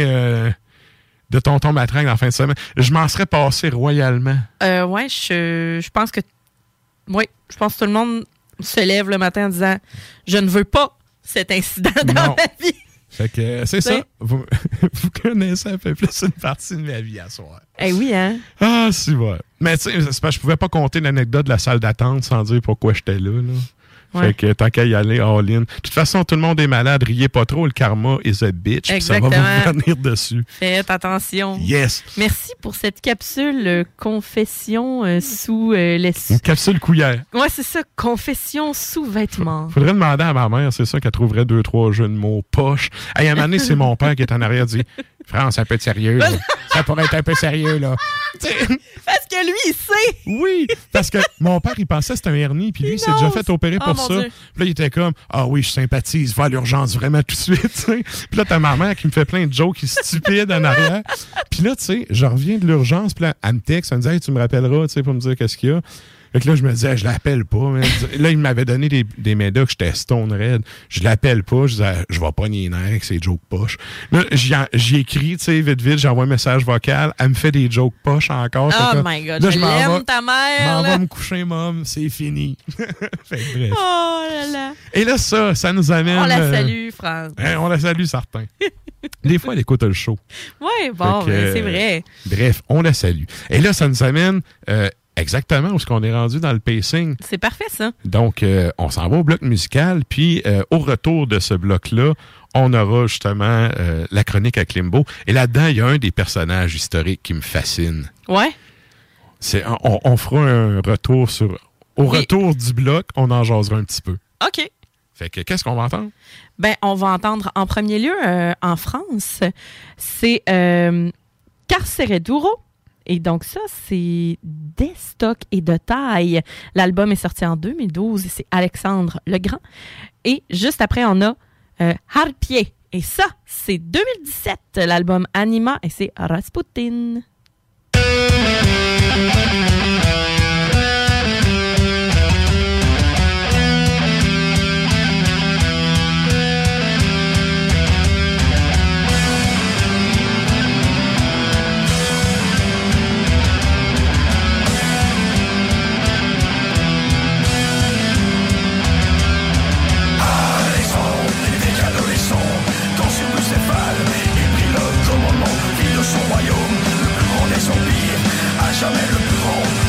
de Tonton Matraque en fin de semaine. Je m'en serais passé royalement. Ouais, je pense que tout le monde se lève le matin en disant, je ne veux pas cet incident dans ma vie. Fait que c'est ça. Vous connaissez un peu plus une partie de ma vie à soir. Eh oui, hein? Ah, c'est vrai. Mais tu sais, c'est parce que je pouvais pas compter l'anecdote de la salle d'attente sans dire pourquoi j'étais là. Fait que tant qu'à y aller all-in. De toute façon, tout le monde est malade. Riez pas trop. Le karma is a bitch. Puis ça va vous venir dessus. Faites attention. Yes. Merci pour cette capsule confession sous les... Une capsule couillère. Ouais, c'est ça. Confession sous vêtements. Faudrait demander à ma mère, c'est ça, qu'elle trouverait 2-3 jeux de mots poche. Hey, à un moment donné, c'est mon père qui est en arrière dit France, un peu de sérieux. Là. Ça pourrait être un peu sérieux, là. Parce que lui, il sait. Oui, parce que mon père, il pensait que c'était un hernie, puis lui, il s'est déjà fait opérer pour ça. Puis là, il était comme, ah oui, je sympathise, va à l'urgence vraiment tout de suite. T'sais. Puis là, t'as ma mère qui me fait plein de jokes stupides en arrière. Puis là, tu sais, je reviens de l'urgence, puis là, elle me texte, elle me dit, hey, tu me rappelleras, tu sais, pour me dire qu'est-ce qu'il y a. Fait que là, je me disais, je l'appelle pas. Mais là, il m'avait donné des médocs, j'étais stone red. Je l'appelle pas. Je disais, je vais pas nier nerfs avec ses jokes poches. Là, j'y écris, tu sais, vite, j'envoie un message vocal. Elle me fait des jokes poches encore. Oh my God, là, je l'aime, ta mère. Je m'en vais me coucher, mom. C'est fini. Fait que bref. Oh là là. Et là, ça nous amène... On la salue, France. On la salue, certain. Des fois, elle écoute le show. Oui, bon, c'est vrai. Bref, on la salue. Et là, ça nous amène... Exactement, où est-ce qu'on est rendu dans le pacing. C'est parfait, ça. Donc, on s'en va au bloc musical, puis au retour de ce bloc-là, on aura justement la chronique à Klimbo. Et là-dedans, il y a un des personnages historiques qui me fascine. Ouais. On fera un retour Au retour du bloc, on en jasera un petit peu. OK. Fait que, qu'est-ce qu'on va entendre? Ben, on va entendre en premier lieu, en France, c'est Carcereduro. Et donc ça, c'est des stocks et de taille. L'album est sorti en 2012 et c'est Alexandre Legrand. Et juste après, on a Harpier. Et ça, c'est 2017, l'album Anima, et c'est Rasputin. Son royaume, le plus grand des empires, à jamais le plus grand.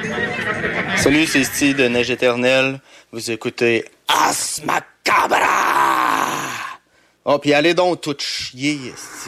Salut, c'est Steve de Neige Éternelle. Vous écoutez Ars Macabra! Oh, puis allez donc tout chier, esti.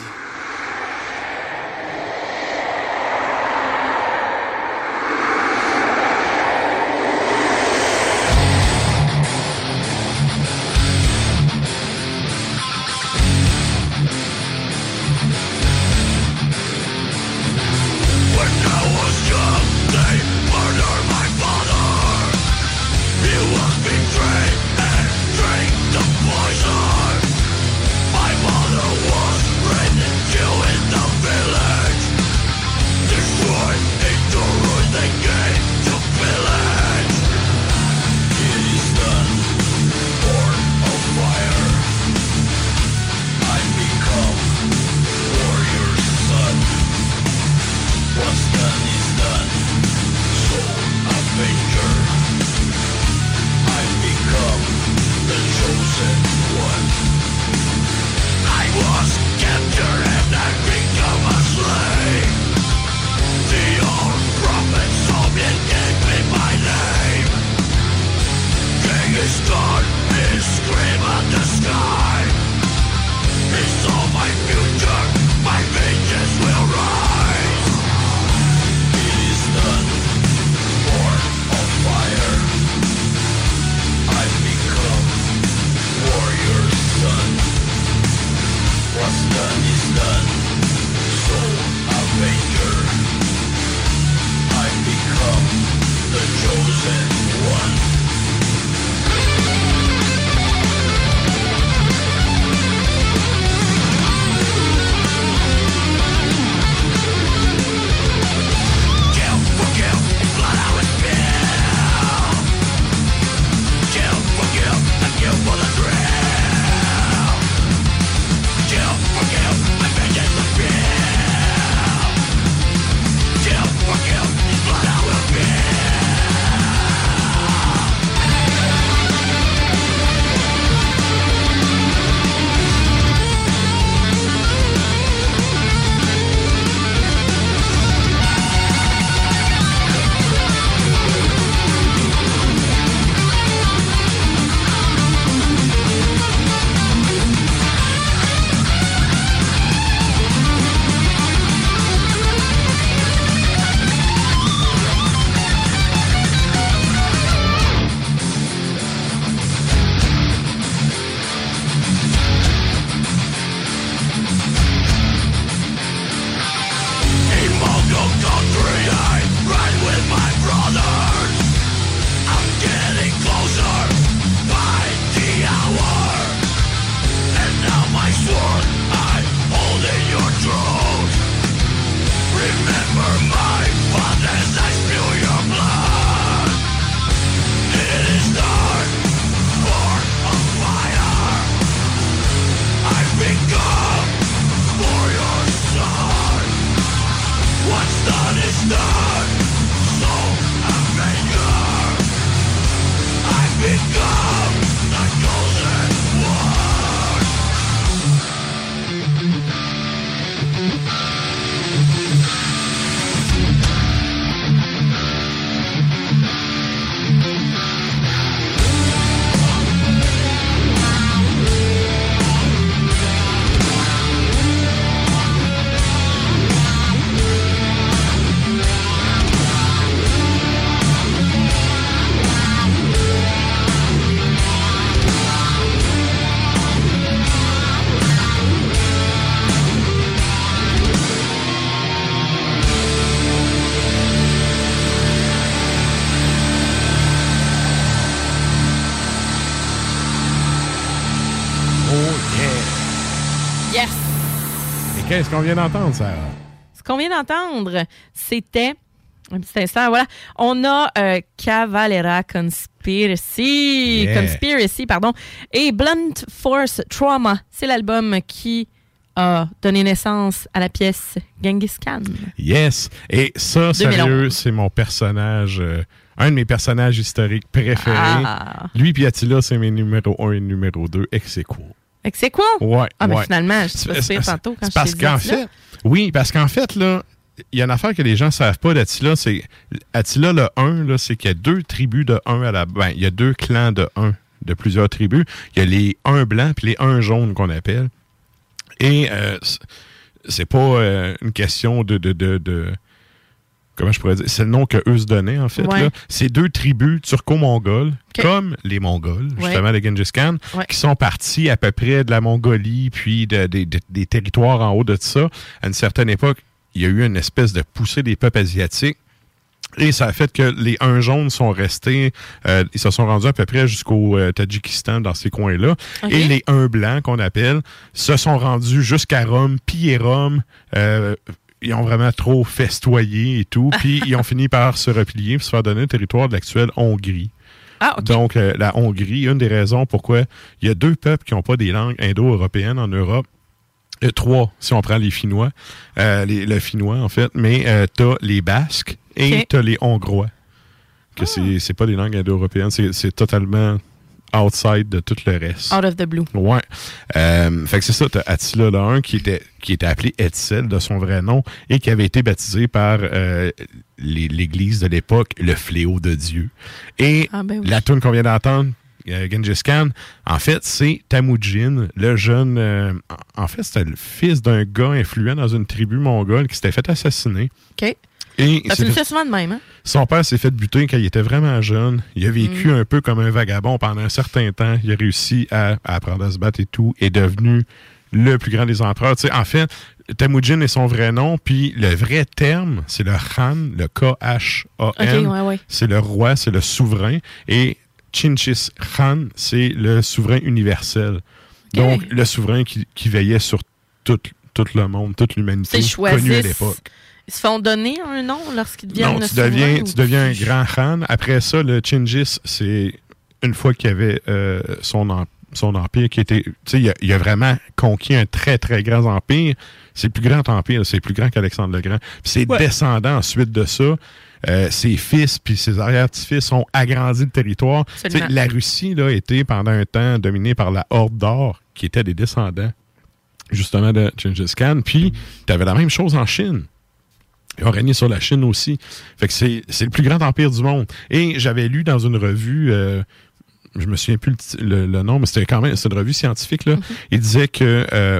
Qu'est-ce qu'on vient d'entendre, Sarah? Ce qu'on vient d'entendre, c'était... Un petit instant, voilà. On a Cavalera Conspiracy. Yeah. Conspiracy, pardon. Et Blunt Force Trauma. C'est l'album qui a donné naissance à la pièce Genghis Khan. Yes. Et ça, 2011. sérieux, c'est mon personnage... un de mes personnages historiques préférés. Ah. Lui et Attila, c'est mes numéro 1 et numéro 2. Ex-aequo. Ex-aequo? Ouais. Ah, mais ouais. finalement, je suis pas super tantôt quand je parce t'ai dit qu'en ça. fait, oui, parce qu'en fait, là, il y a une affaire que les gens ne savent pas d'Attila, c'est Attila le 1, là, c'est qu'il y a 2 tribus de 1 à la... Ben, il y a 2 clans de 1, de plusieurs tribus. Il y a les 1 blancs puis les 1 jaunes qu'on appelle. Et c'est pas une question de comment je pourrais dire? C'est le nom qu'eux se donnaient, en fait. Ouais. Là. C'est 2 tribus turco-mongoles, comme les Mongols, justement, les Gengis Khan, qui sont partis à peu près de la Mongolie, puis des territoires en haut de ça. À une certaine époque, il y a eu une espèce de poussée des peuples asiatiques. Et ça a fait que les 1 jaunes sont restés, ils se sont rendus à peu près jusqu'au Tadjikistan, dans ces coins-là. Okay. Et les 1 blancs, qu'on appelle, se sont rendus jusqu'à Rome, pillé Rome, ils ont vraiment trop festoyé et tout, puis ils ont fini par se replier et se faire donner le territoire de l'actuelle Hongrie. Ah, okay. Donc, la Hongrie, une des raisons pourquoi il y a 2 peuples qui n'ont pas des langues indo-européennes en Europe, 3, si on prend les Finnois, le finnois, en fait, mais t'as les Basques et t'as les Hongrois, que c'est pas des langues indo-européennes, c'est totalement outside de tout le reste. Out of the blue. Ouais. Fait que c'est ça, t'as Attila le 1 qui était appelé Etzel de son vrai nom et qui avait été baptisé par l'église de l'époque, le fléau de Dieu. Et la toune qu'on vient d'entendre, Gengis Khan, en fait, c'est Temujin, le jeune... en fait, c'était le fils d'un gars influent dans une tribu mongole qui s'était fait assassiner. OK. Et tu le fais souvent de même, hein? Son père s'est fait buter quand il était vraiment jeune. Il a vécu un peu comme un vagabond pendant un certain temps. Il a réussi à apprendre à se battre et tout, est devenu le plus grand des empereurs. Tu sais, en fait, Temujin est son vrai nom, puis le vrai terme, c'est le Khan, le K-H-A-N. Okay, ouais. C'est le roi, c'est le souverain. Et Chinggis Khan, c'est le souverain universel. Okay. Donc, le souverain qui veillait sur tout le monde, toute l'humanité connue à l'époque. Ils se font donner un nom lorsqu'ils deviennent non, tu deviens un grand Khan. Après ça, le Chinggis, c'est une fois qu'il y avait son empire qui était... Tu sais, il a vraiment conquis un très, très grand empire. C'est le plus grand empire, c'est plus grand qu'Alexandre le Grand. Puis ses descendants, ensuite de ça, ses fils puis ses arrière-petits-fils ont agrandi le territoire. La Russie là, était pendant un temps dominée par la Horde d'Or, qui était des descendants, justement, de Gengis Khan. Puis, tu avais la même chose en Chine. Ils ont régné sur la Chine aussi. Fait que c'est le plus grand empire du monde. Et j'avais lu dans une revue, je me souviens plus le nom, mais c'était quand même c'est une revue scientifique, là. Mm-hmm. Il disait que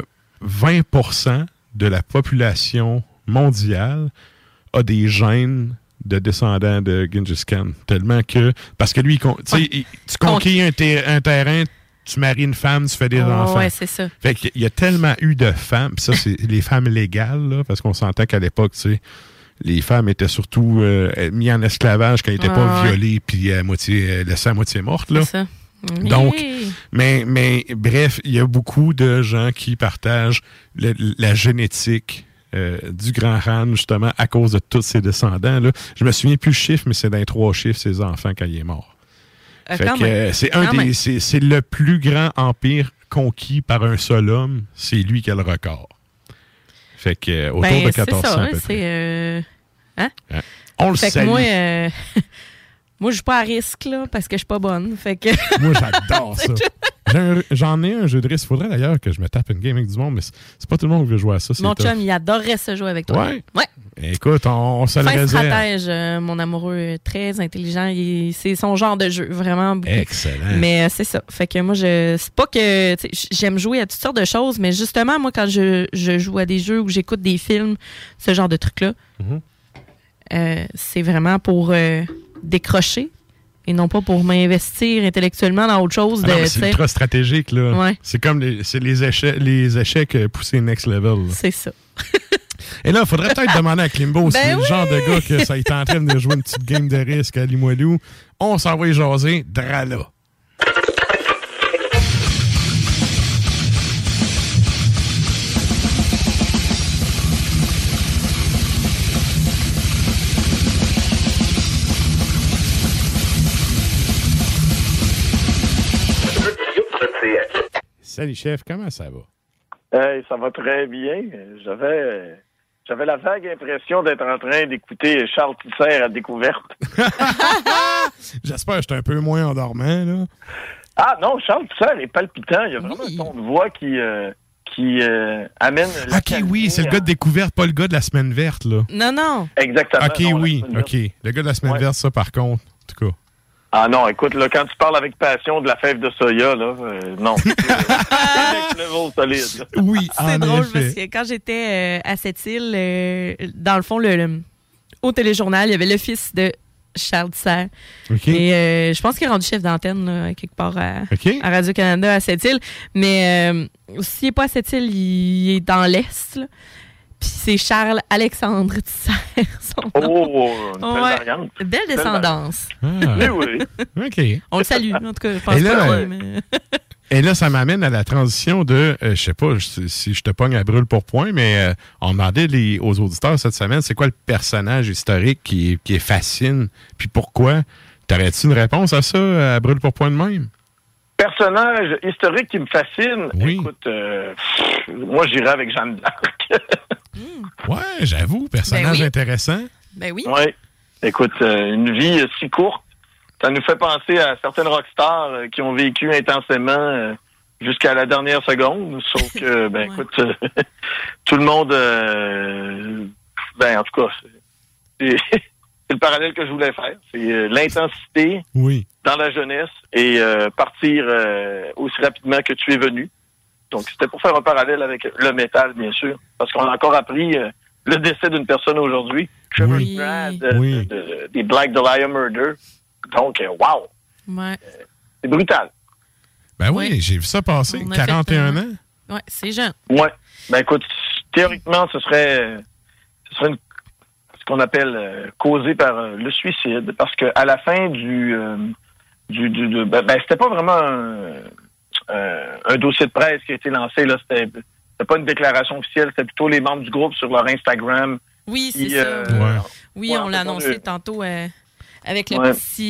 20% de la population mondiale a des gènes de descendants de Gengis Khan. Tellement que... Parce que lui, tu conquis un terrain... Tu maries une femme, tu fais des enfants. Ouais, c'est ça. Fait qu'il y a tellement eu de femmes, puis ça, c'est les femmes légales, là, parce qu'on s'entend qu'à l'époque, tu sais, les femmes étaient surtout mises en esclavage quand elles n'étaient pas violées puis laissées à moitié mortes, là. C'est ça. Donc, mais bref, il y a beaucoup de gens qui partagent la génétique du Grand Khan, justement, à cause de tous ses descendants, là. Je me souviens plus le chiffre, mais c'est dans les 3 chiffres, ses enfants, quand il est mort. Fait que c'est le plus grand empire conquis par un seul homme. C'est lui qui a le record. Fait que autour de 1400 ça, à peu près. Hein? On le fait salue. Que moi, je suis pas à risque là, parce que je suis pas bonne. Fait que moi, j'adore ça. J'en ai un jeu de risque. Il faudrait d'ailleurs que je me tape une game avec du monde, mais c'est pas tout le monde qui veut jouer à ça. Mon chum, il adorerait se jouer avec toi. Ouais. Écoute, on se le réserve. Stratège, mon amoureux, très intelligent. C'est son genre de jeu, vraiment beaucoup. Excellent. Mais c'est ça. Fait que moi, c'est pas que j'aime jouer à toutes sortes de choses, mais justement, moi, quand je joue à des jeux ou j'écoute des films, ce genre de trucs-là, c'est vraiment pour décrocher et non pas pour m'investir intellectuellement dans autre chose. C'est ultra stratégique, là. Ouais. C'est comme les échecs poussés next level. Là. C'est ça. Et là, il faudrait peut-être demander à Klimbo si c'est le genre de gars que ça est en train de jouer une petite game de risque à Limoilou. On s'en va y jaser, drala. Salut chef, comment ça va? Ça va très bien. J'avais la vague impression d'être en train d'écouter Charles Tisser à Découverte. J'espère que j'étais un peu moins endormant, là. Ah non, Charles Tisser est palpitant. Il y a vraiment un ton de voix qui qui amène... OK, oui, c'est le gars de découverte, pas le gars de la semaine verte, là. Non. Exactement. OK, non, oui, OK. Le gars de la semaine verte, ça, par contre, en tout cas. Ah non, écoute, là, quand tu parles avec passion de la fève de soya, là, non. C'est next level solide. Là. Oui, c'est drôle parce que quand j'étais à cette île, dans le fond, au téléjournal, il y avait le fils de Charles Tisser. Okay. Et je pense qu'il est rendu chef d'antenne là, quelque part à Radio-Canada à cette île. Mais s'il n'est pas à cette île, il est dans l'Est. Là. Puis c'est Charles-Alexandre Tisser. Une belle variante. Belle descendance. Oui. OK. On le salue, en tout cas. Je pense pas mais... Et là, ça m'amène à la transition de, je sais pas si je te pogne à brûle pour point, mais on demandait aux auditeurs cette semaine, c'est quoi le personnage historique qui fascine, puis pourquoi? T'aurais-tu une réponse à ça, à brûle pour point de même? Personnage historique qui me fascine? Oui. Écoute, moi, j'irais avec Jeanne d'Arc. Ouais, j'avoue, personnage intéressant. Ben oui. Oui. Écoute, une vie si courte, ça nous fait penser à certaines rockstars qui ont vécu intensément jusqu'à la dernière seconde. Sauf que, écoute, tout le monde... en tout cas, c'est le parallèle que je voulais faire. C'est l'intensité dans la jeunesse et partir aussi rapidement que tu es venu. Donc, c'était pour faire un parallèle avec le métal, bien sûr. Parce qu'on a encore appris le décès d'une personne aujourd'hui. Trevor Strnad des Black Dahlia Murder. Donc, wow! Ouais. C'est brutal. Ben oui, j'ai vu ça passer. 41 ans? Oui, c'est jeune. Ouais. Ben écoute, théoriquement, ce serait ce qu'on appelle causé par le suicide. Parce qu'à la fin c'était pas vraiment un dossier de presse qui a été lancé. Là, c'était pas une déclaration officielle, c'était plutôt les membres du groupe sur leur Instagram. Oui, c'est ça. Oui, on l'a annoncé tantôt avec le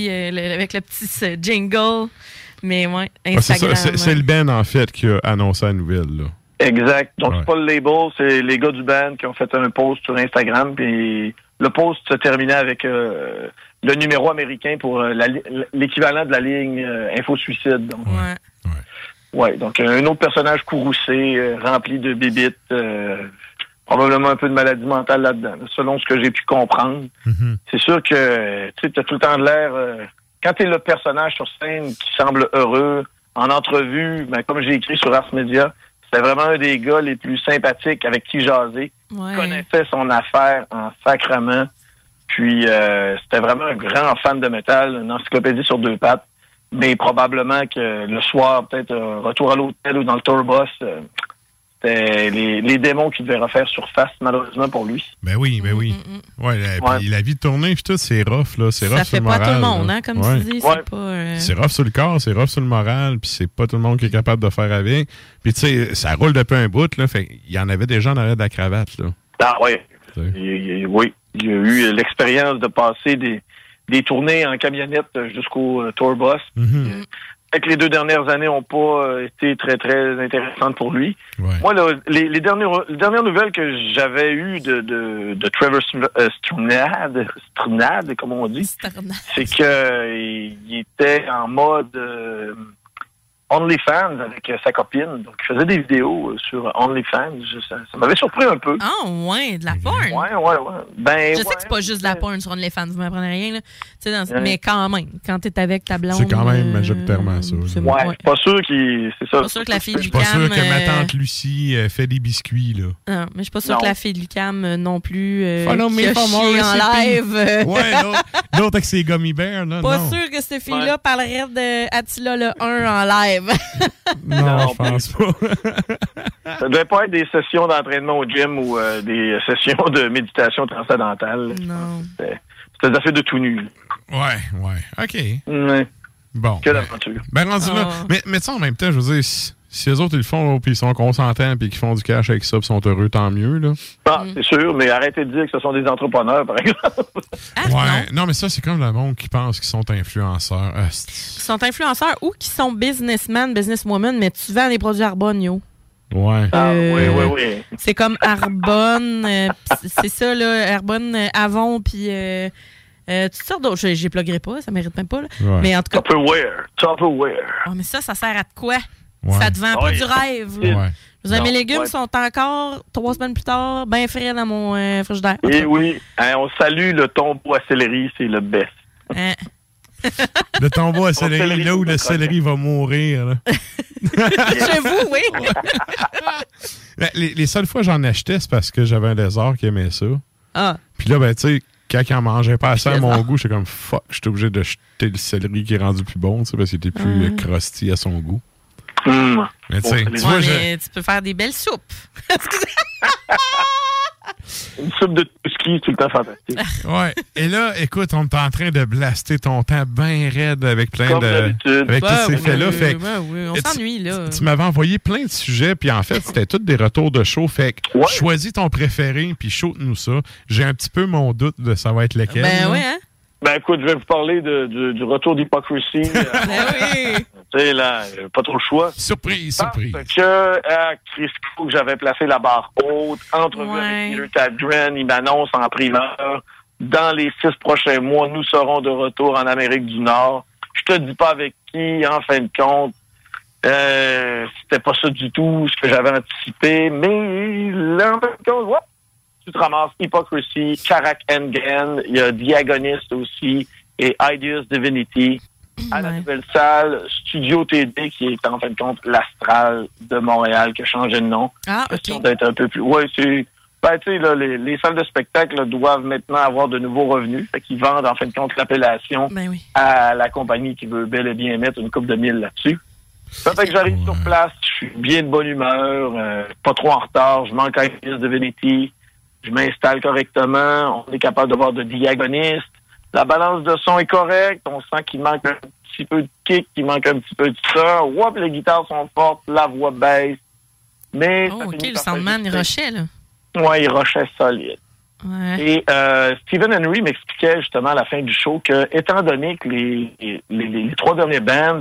petit jingle. Mais Instagram. C'est le band, en fait, qui a annoncé la nouvelle. Là. Exact. Donc, c'est pas le label, c'est les gars du band qui ont fait un post sur Instagram. Puis le post se terminait avec le numéro américain pour l'équivalent de la ligne Info-Suicide. Donc. Ouais, donc un autre personnage courroucé, rempli de bébites, probablement un peu de maladie mentale là-dedans, selon ce que j'ai pu comprendre. Mm-hmm. C'est sûr que tu as tout le temps de l'air... quand tu es le personnage sur scène qui semble heureux, en entrevue, comme j'ai écrit sur Ars Media, c'était vraiment un des gars les plus sympathiques avec qui jaser. Il connaissait son affaire en sacrement. Puis c'était vraiment un grand fan de métal, une encyclopédie sur deux pattes. Mais probablement que le soir, peut-être retour à l'hôtel ou dans le tourbus, c'était les démons qui devaient refaire surface, malheureusement pour lui. Ben oui. Ouais, puis la vie de tournée, puis tout, c'est rough, là. C'est rough sur le moral. Ça fait pas tout le monde, hein, comme tu dis. C'est pas... C'est rough sur le corps, c'est rough sur le moral, puis c'est pas tout le monde qui est capable de faire avec. Puis tu sais, ça roule depuis un bout, là. Fait il y en avait des gens en arrière de la cravate, là. Ah oui. Oui. Il y a eu l'expérience de passer des tournées en camionnette jusqu'au tourbus. Mm-hmm. Les 2 dernières années n'ont pas été très, très intéressantes pour lui. Ouais. Moi, là, les dernières nouvelles que j'avais eues de Trevor Strnad, comme on dit, c'est qu'il était en mode OnlyFans avec sa copine. Donc, il faisait des vidéos sur OnlyFans. Ça m'avait surpris un peu. Ah, ouais, de la porn. Ouais. Je sais que c'est pas juste de la porn sur OnlyFans, vous m'apprenez rien, là. Mais quand même, quand t'es avec ta blonde... C'est quand même majoritairement ça. Pas sûr c'est ça. Pas sûr que la fille du Pas Lucam... sûr que ma tante Lucie fait des biscuits, là. Non, mais je suis pas sûr que la fille du Lucam non plus Follow me qui a for more chié en recipes. live. Ouais, l'autre avec ses gummy bears, là. Pas non. sûr que cette fille-là parlerait de Attila le 1 en live. Non, je pense pas. Ça devait pas être des sessions d'entraînement au gym ou des sessions de méditation transcendantale. Non. C'était des affaires de tout nu. Ouais. OK. Ouais. Bon. Quelle aventure. Ben, rendu là. Mais ça, en même temps, je veux dire, si eux autres, ils le font, puis ils sont consentants, puis qu'ils font du cash avec ça, puis sont heureux, tant mieux, là. Ah, c'est sûr, mais arrêtez de dire que ce sont des entrepreneurs, par exemple. Non, mais ça, c'est comme le monde qui pense qu'ils sont influenceurs. Ils sont influenceurs ou qui sont businessmen, businesswomen, mais tu vends des produits Arbonne, yo. Ouais. Oui. C'est comme Arbonne, c'est ça, là, Arbonne, Avon, puis... toutes sortes d'autres. J'y pluguerai pas, ça mérite même pas, là. Ouais. Mais en tout cas... Tupperware. Oh, mais ça sert à de quoi? Ça te vend pas du rêve. Là. Ouais. Vous avez mes légumes sont encore 3 semaines plus tard, bien frais dans mon frigidaire. Et oui, on salue le tombeau à céleri, c'est le best. Le tombeau à céleri, là où le céleri va mourir. Là. Chez vous, oui. Les seules fois que j'en achetais, c'est parce que j'avais un lézard qui aimait ça. Ah. Puis là, ben, tu sais, quand il en mangeait pas assez à mon goût, j'étais comme fuck, j'étais obligé de jeter le céleri qui est rendu plus bon, tu sais, parce qu'il était plus crusty à son goût. Mais tu sais, tu peux faire des belles soupes. Une soupe de ski, tout le temps fantastique. Ouais. Et là, écoute, on est en train de blaster ton temps bien raide avec plein Comme de. d'habitude. Avec tous ces faits-là. Fait on s'ennuie, là. Tu m'avais envoyé plein de sujets, puis en fait, c'était tous des retours de show. Fait que choisis ton préféré, puis shoot-nous ça. J'ai un petit peu mon doute de ça va être lequel. Ben oui, hein? Ben écoute, je vais vous parler du retour d'Hypocrisy. oui. Tu sais, là, pas trop le choix. Surprise. Parce que Chris Cook, j'avais placé la barre haute. Entrevue avec Peter Tadgren, il m'annonce en primeur. Dans les 6 prochains mois, nous serons de retour en Amérique du Nord. Je te dis pas avec qui, en fin de compte. C'était pas ça du tout ce que j'avais anticipé. Mais là, en fin de compte, tu te ramasses Hypocrisy, Karak Engen, il y a Diagonist aussi, et Ideas Divinity. À la nouvelle salle, Studio TD, qui est en fin de compte l'Astral de Montréal, qui a changé de nom. Ah, OK. D'être un peu plus... Oui, c'est... Ben, tu sais, là, les salles de spectacle là, doivent maintenant avoir de nouveaux revenus. Fait qu'ils vendent, en fin de compte, l'appellation à la compagnie qui veut bel et bien mettre une couple de mille là-dessus. Ça fait que j'arrive sur place, je suis bien de bonne humeur, pas trop en retard, je manque à Ideas Divinity, je m'installe correctement, on est capable de voir de diagonistes. La balance de son est correcte. On sent qu'il manque un petit peu de kick, qu'il manque un petit peu de ça. Whoop, les guitares sont fortes, la voix baisse. Mais OK, le Soundman, il rushait, là. Oui, il rushait solide. Ouais. Et Stephen Henry m'expliquait justement à la fin du show que, étant donné que les 3 derniers bands,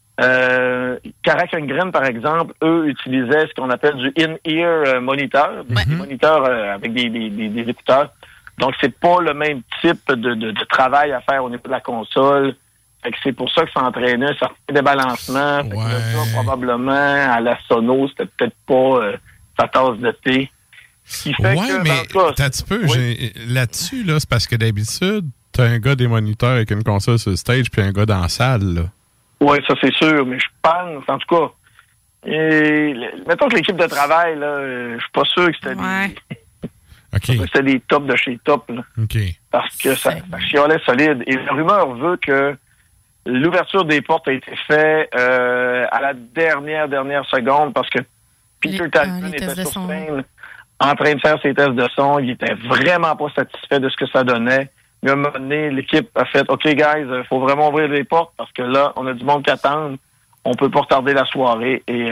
Karak Engen, par exemple, eux utilisaient ce qu'on appelle du in-ear moniteur, des moniteurs avec des écouteurs. Donc, c'est pas le même type de travail à faire au niveau de la console. Fait que c'est pour ça que ça entraînait un certain débalancement. Fait que là, probablement, à la sono, c'était peut-être pas sa tasse de thé. Ce qui fait que, mais t'as un petit peu, là-dessus, là, c'est parce que d'habitude, t'as un gars des moniteurs avec une console sur le stage puis un gars dans la salle, là. Oui, ça c'est sûr, mais je pense, en tout cas, mettons que l'équipe de travail, là, je suis pas sûr que c'était c'était des tops de chez top, là. Parce que ça chialait solide. Et la rumeur veut que l'ouverture des portes a été faite à la dernière seconde parce que Peter Tadgren était sur scène en train de faire ses tests de son. Il était vraiment pas satisfait de ce que ça donnait. Mais à un moment donné, l'équipe a fait « OK, guys, il faut vraiment ouvrir les portes parce que là, on a du monde qui attend. On peut pas retarder la soirée. » Et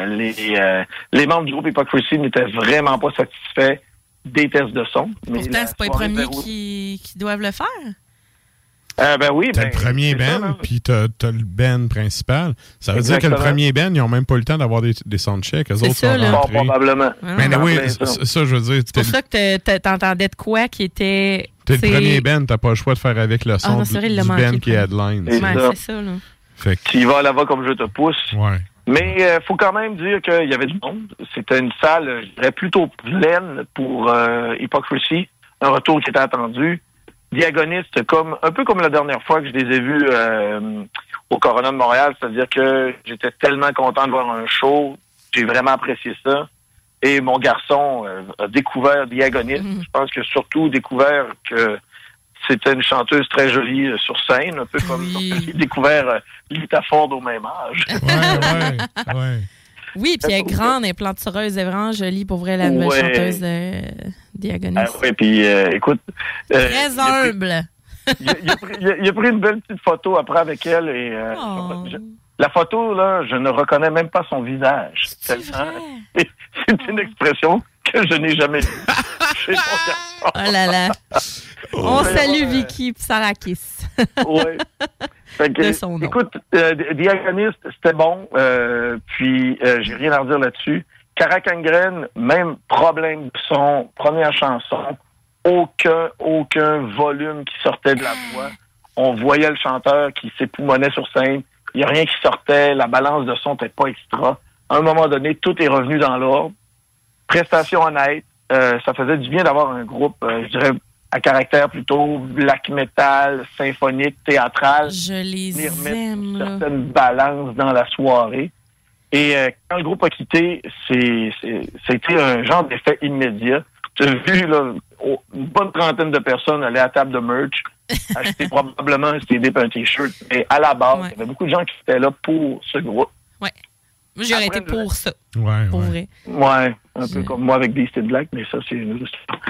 les membres du groupe Hypocrisy n'étaient vraiment pas satisfaits des tests de son. Pourtant, c'est pas les premiers qui doivent le faire. Ben oui. T'as le premier band, puis t'as le band principal. Ça veut dire que le premier band, ils ont même pas eu le temps d'avoir des soundchecks. Eux autres sont rentrés. Probablement. Mais oui, ça, je veux dire... C'est pour ça que t'entendais de quoi qui était... T'es le premier band, t'as pas le choix de faire avec le son du band qui headline. C'est ça, là. Fait que... Tu y vas là-bas comme je te pousse. Ouais. Mais faut quand même dire qu'il y avait du monde. C'était une salle, je dirais, plutôt pleine pour Hypocrisy. Un retour qui était attendu. Diagoniste, un peu comme la dernière fois que je les ai vus au Corona de Montréal, c'est-à-dire que j'étais tellement content de voir un show, j'ai vraiment apprécié ça. Et mon garçon a découvert Diagoniste. Je pense que surtout découvert que c'était une chanteuse très jolie sur scène, un peu comme j'ai découvert Lita Ford au même âge. Ouais. Oui, puis elle est grande, elle est plantureuse, elle est vraiment jolie pour vrai, la nouvelle chanteuse Diagoniste. Oui, puis écoute... très humble. Il a pris une belle petite photo après avec elle et la photo, là, je ne reconnais même pas son visage. C'est une expression que je n'ai jamais vue chez mon garçon. Oh là là. On salue Vicky et Sarakis. Oui. De son nom. Écoute, Diagoniste, c'était bon. Puis, j'ai rien à redire là-dessus. Karak Engen, même problème de son, première chanson. Aucun volume qui sortait de la voix. On voyait le chanteur qui s'époumonnait sur scène. Il n'y a rien qui sortait. La balance de son n'était pas extra. À un moment donné, tout est revenu dans l'ordre. Prestation honnête. Ça faisait du bien d'avoir un groupe, je dirais, à caractère plutôt black metal, symphonique, théâtral. Je les aime. Une certaine balance dans la soirée. Et quand le groupe a quitté, c'était un genre d'effet immédiat. Tu as vu, là, une bonne trentaine de personnes allaient à la table de merch, acheter probablement un CD et un T-shirt. Et à la base, il y avait beaucoup de gens qui étaient là pour ce groupe. Ouais. Moi, j'aurais été pour ça. Ouais, pour vrai. Ouais, un peu comme moi avec Beastie Black, mais ça, c'est une autre histoire.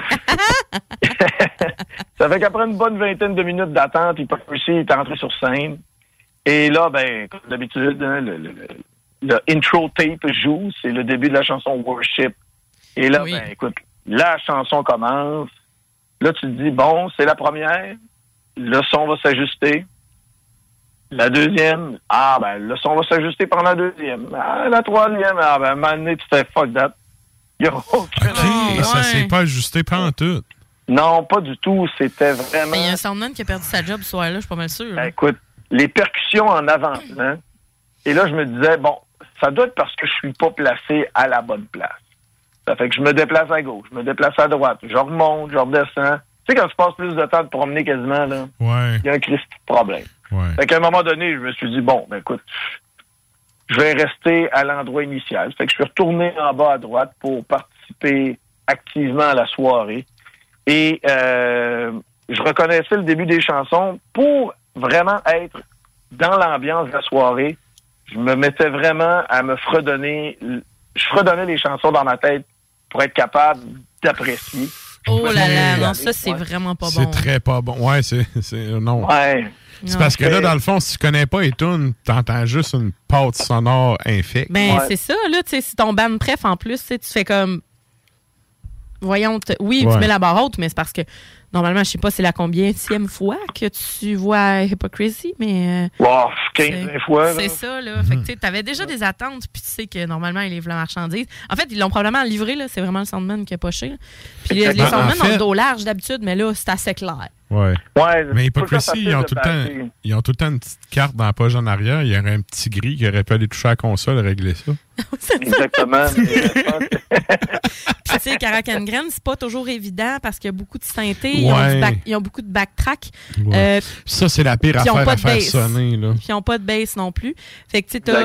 Ça fait qu'après une bonne vingtaine de minutes d'attente, Hypocrisy est entré sur scène. Et là, ben, comme d'habitude, hein, le intro tape joue. C'est le début de la chanson Worship. Et là, ben, écoute, la chanson commence. Là, tu te dis, bon, c'est la première. Le son va s'ajuster. La deuxième, le son va s'ajuster pendant la deuxième. La troisième, ben, à un moment donné, tu fais fuck that. Il n'y a aucun... ça s'est pas ajusté pantoute. Non, pas du tout. C'était vraiment... Mais il y a un soundman qui a perdu sa job ce soir-là, je suis pas mal sûr. Ben, écoute, les percussions en avant, hein? Et là, je me disais, bon, ça doit être parce que je suis pas placé à la bonne place. Ça fait que je me déplace à gauche, je me déplace à droite, je remonte, je redescends. Tu sais, quand tu passes plus de temps à te promener quasiment, là, il y a un Christ de problème. Ouais. Fait qu'à un moment donné, je me suis dit, bon, ben écoute, je vais rester à l'endroit initial. Fait que je suis retourné en bas à droite pour participer activement à la soirée. Et je reconnaissais le début des chansons. Pour vraiment être dans l'ambiance de la soirée, je me mettais vraiment à me fredonner. Je fredonnais les chansons dans ma tête pour être capable d'apprécier. Oh là là, non, ça, c'est vraiment pas bon. C'est très pas bon. Ouais, c'est non. Ouais. C'est parce que là, dans le fond, si tu connais pas les tunes, t'entends juste une pâte sonore infecte. Ben, c'est ça, là, tu sais, si ton band préf, en plus, tu fais comme... Voyons, tu mets la barre haute, mais c'est parce que, normalement, je sais pas c'est la combienième fois que tu vois Hypocrisy, mais... 15 fois. C'est ça, là. Fait que, tu sais, t'avais déjà des attentes, puis tu sais que, normalement, ils livrent la marchandise. En fait, ils l'ont probablement livré, là. C'est vraiment le soundman qui a poché, là. Puis les soundmen ont le dos large d'habitude, mais là, c'est assez clair. Ouais. Ouais, mais Hypocrisy, ils ont tout le temps une petite carte dans la poche en arrière. Il y aurait un petit gris qui aurait pu aller toucher à la console et régler ça. Exactement. Puis, tu sais, Karakengren, c'est pas toujours évident parce qu'il y a beaucoup de synthé, ils ont beaucoup de backtrack. Ouais. Ça, c'est la pire affaire à faire sonner. Là. Puis, ils n'ont pas de bass non plus. Fait que, tu sais, t'as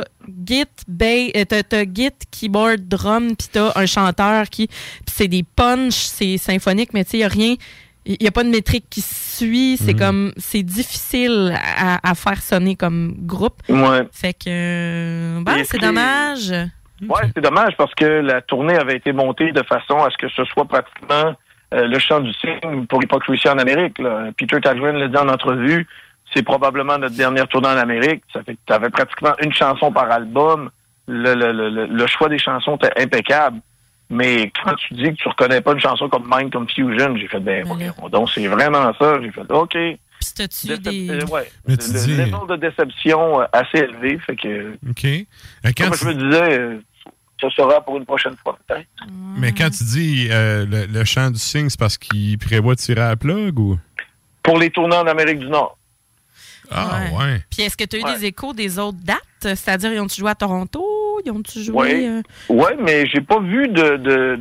Git, keyboard, drum, puis t'as un chanteur qui. Puis, c'est des punchs, c'est symphonique, mais tu sais, il n'y a rien. Il n'y a pas de métrique qui suit. C'est comme... C'est difficile à faire sonner comme groupe. Ouais. Fait que... c'est dommage. Ouais, c'est dommage parce que la tournée avait été montée de façon à ce que ce soit pratiquement le chant du cygne pour Hypocrisy en Amérique. Là. Peter Tägtgren l'a dit en entrevue. C'est probablement notre dernière tournée en Amérique. Ça fait que tu avais pratiquement une chanson par album. Le choix des chansons était impeccable. Mais quand tu dis que tu reconnais pas une chanson comme Mind Confusion, j'ai fait, donc c'est vraiment ça. J'ai fait, OK. Puis t'as-tu des... Mais tu dis... Le level de déception assez élevé, fait que... OK. Comme je me disais, ça sera pour une prochaine fois, peut-être. Mais quand tu dis le chant du cygne, c'est parce qu'il prévoit de tirer à la plug, ou? Pour les tournées en Amérique du Nord. Ah, ouais. Puis est-ce que tu as eu des échos des autres dates? C'est-à-dire, ils ont-tu joué à Toronto? Ils ont-tu joué... Oui, mais j'ai pas vu de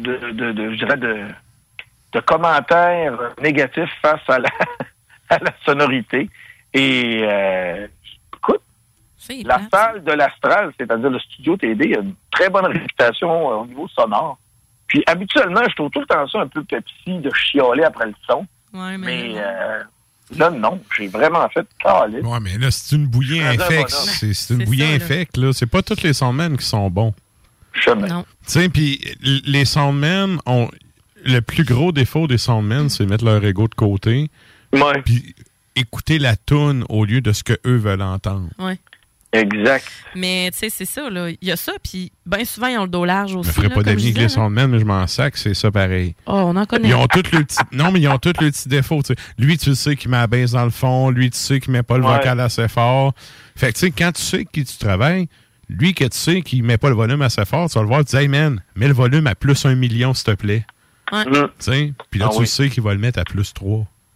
commentaires négatifs face à la sonorité. Et écoute, la salle de l'Astral, c'est-à-dire le studio TD, a une très bonne réputation au niveau sonore. Puis habituellement, je trouve tout le temps ça un peu Pepsi de chialer après le son. Ouais, mais là, non, j'ai vraiment fait caler. Ouais, mais là, c'est une bouillie infecte. C'est une bouillie infecte, là. C'est pas tous les soundmen qui sont bons. Non. Tu sais, puis les soundmen ont... Le plus gros défaut des soundmen, c'est mettre leur ego de côté. Ouais. Puis écouter la toune au lieu de ce qu'eux veulent entendre. Ouais. Exact. Mais tu sais, c'est ça, là. Il y a ça, puis bien souvent, ils ont le dos large aussi. Je ne ferais pas d'amis avec les soundmen, mais je m'en sac, c'est ça pareil. Oh, on en connaît. Ils ont tous le petit... Non, mais ils ont tous le petit défaut. T'sais. Lui, tu sais qu'il met la baisse dans le fond. Lui, tu sais qu'il met pas le vocal assez fort. Fait que tu sais, quand tu sais qui tu travailles, lui, que tu sais qu'il met pas le volume assez fort, tu vas le voir, tu dis, hey man, mets le volume à plus 1 million, s'il te plaît. Ouais. Puis là, tu sais qu'il va le mettre à plus 3.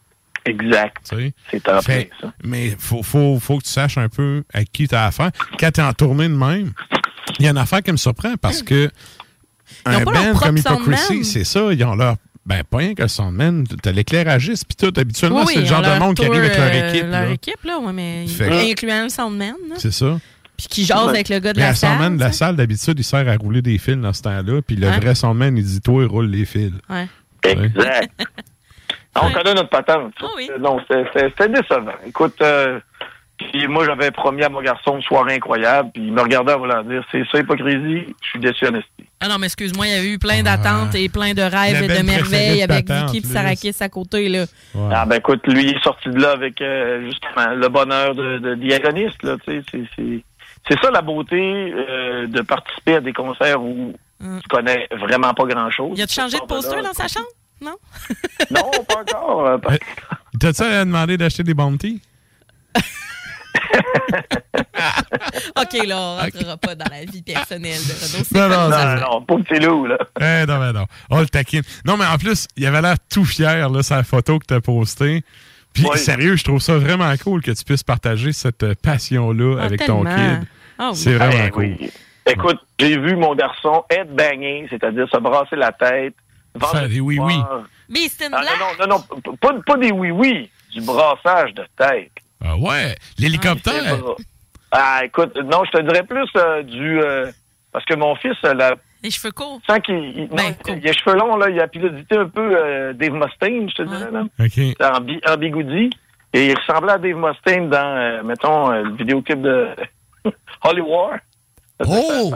Exact. C'est en plein, ça. Mais faut que tu saches un peu à qui tu as affaire. Quand tu es en tournée de même, il y a une affaire qui me surprend parce que un band comme Hypocrisy, c'est ça, ils ont leur... Ben, pas rien que le soundman, t'as l'éclairagiste pis tout. Habituellement, c'est le genre de monde qui arrive avec leur équipe. Leur équipe, là, ouais, mais incluant le soundman. C'est ça. Puis qui jase avec le gars de la salle. Le soundman de la salle, d'habitude, il sert à rouler des fils dans ce temps-là. Puis le vrai soundman, il dit, toi, il roule les fils. Ouais. Exact. On connaît notre patente. Non, c'était décevant. Écoute, puis moi, j'avais promis à mon garçon une soirée incroyable, puis il me regardait en voulant dire, c'est ça, Hypocrisy, je suis déçu, Honesty. Ah non, mais excuse-moi, il y a eu plein d'attentes et plein de rêves et de merveilles avec Vicky et Sarakis à côté, là. Ouais. Ah ben écoute, lui, il est sorti de là avec justement le bonheur de diagoniste, là, tu sais, c'est ça la beauté de participer à des concerts où tu connais vraiment pas grand-chose. Il a-tu changé de poster dans sa chambre? Non? Non, pas encore. T'as-tu demandé d'acheter des bounties? OK, là, on rentrera pas dans la vie personnelle de Renaud. Non, pas petit loup, là. Non. On le taquine. Non, mais en plus, il avait l'air tout fier, là, sa photo que t'as postée. Puis, sérieux, je trouve ça vraiment cool que tu puisses partager cette passion-là avec ton kid. C'est vraiment cool. Oui. Écoute, j'ai vu mon garçon être bagné, c'est-à-dire se brasser la tête. Faire des oui-oui. Beast in Black? Non, pas des oui-oui, du brassage de tête. Ah ouais, l'hélicoptère. Écoute, non, je te dirais plus parce que mon fils, les cheveux courts. Sans qu'il il a les cheveux longs, là, il a piloté un peu Dave Mustaine, je te dirais, là. OK. En bigoudi. Et il ressemblait à Dave Mustaine dans, mettons, le vidéoclip de Hollywood. Oh!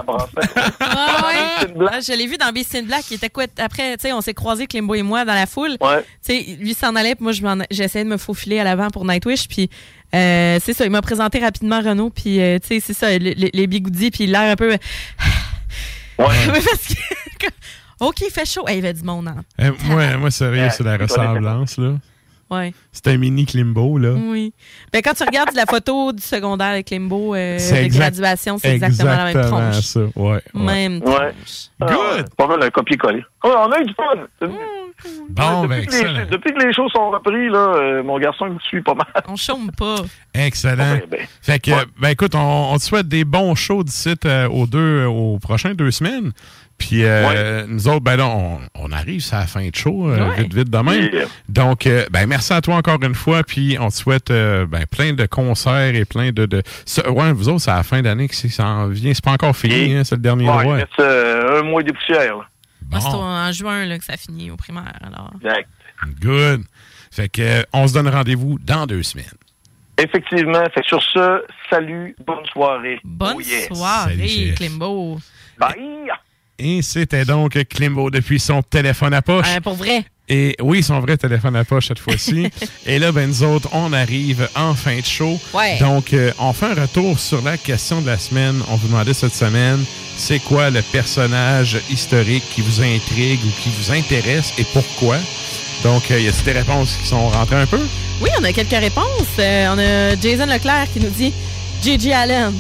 Je l'ai vu dans Beast in Black. Il était quoi? Après, tu sais, on s'est croisés, Klimbo et moi, dans la foule. Ouais. Tu sais, lui s'en allait, puis moi, j'essayais de me faufiler à l'avant pour Nightwish. Puis, c'est ça, il m'a présenté rapidement Renaud. Puis, tu sais, c'est ça, les bigoudis, puis l'air un peu. Ouais. Parce que. OK, il fait chaud. Il y avait du monde. Moi, sérieux, c'est la ressemblance, là. Ouais. C'est un mini Klimbo, là. Oui. Ben, quand tu regardes la photo du secondaire avec Klimbo de graduation, c'est exactement la même tronche. Ça. Ouais. Même tronche. Good! Pas mal un copier-coller. On a eu du fun! Bon, depuis que les choses sont repris, là, mon garçon me suit pas mal. On chôme pas. Excellent. Fait que, écoute, on te souhaite des bons shows d'ici aux prochains 2 semaines. Puis nous autres, ben là, on arrive à la fin de show, vite de même. Yeah. Donc, merci à toi encore une fois. Puis on te souhaite plein de concerts et plein de... vous autres, c'est à la fin d'année que ça en vient. C'est pas encore fini, hein, c'est le dernier droit. Il reste un mois des poussières. Bon. C'est en juin là, que ça finit au primaire. Alors. Exact. Good. Fait que on se donne rendez-vous dans 2 semaines. Effectivement. Fait que sur ce, salut, bonne soirée. Bonne soirée, Klimbo. Bye! Et c'était donc Klimbo depuis son téléphone à poche. Pour vrai. Et oui, son vrai téléphone à poche cette fois-ci. Et là, nous autres, on arrive en fin de show. Ouais. Donc, on fait un retour sur la question de la semaine. On vous demandait cette semaine, c'est quoi le personnage historique qui vous intrigue ou qui vous intéresse et pourquoi? Donc, y a-t-il des réponses qui sont rentrées un peu? Oui, on a quelques réponses. On a Jason Leclerc qui nous dit Gigi Allen.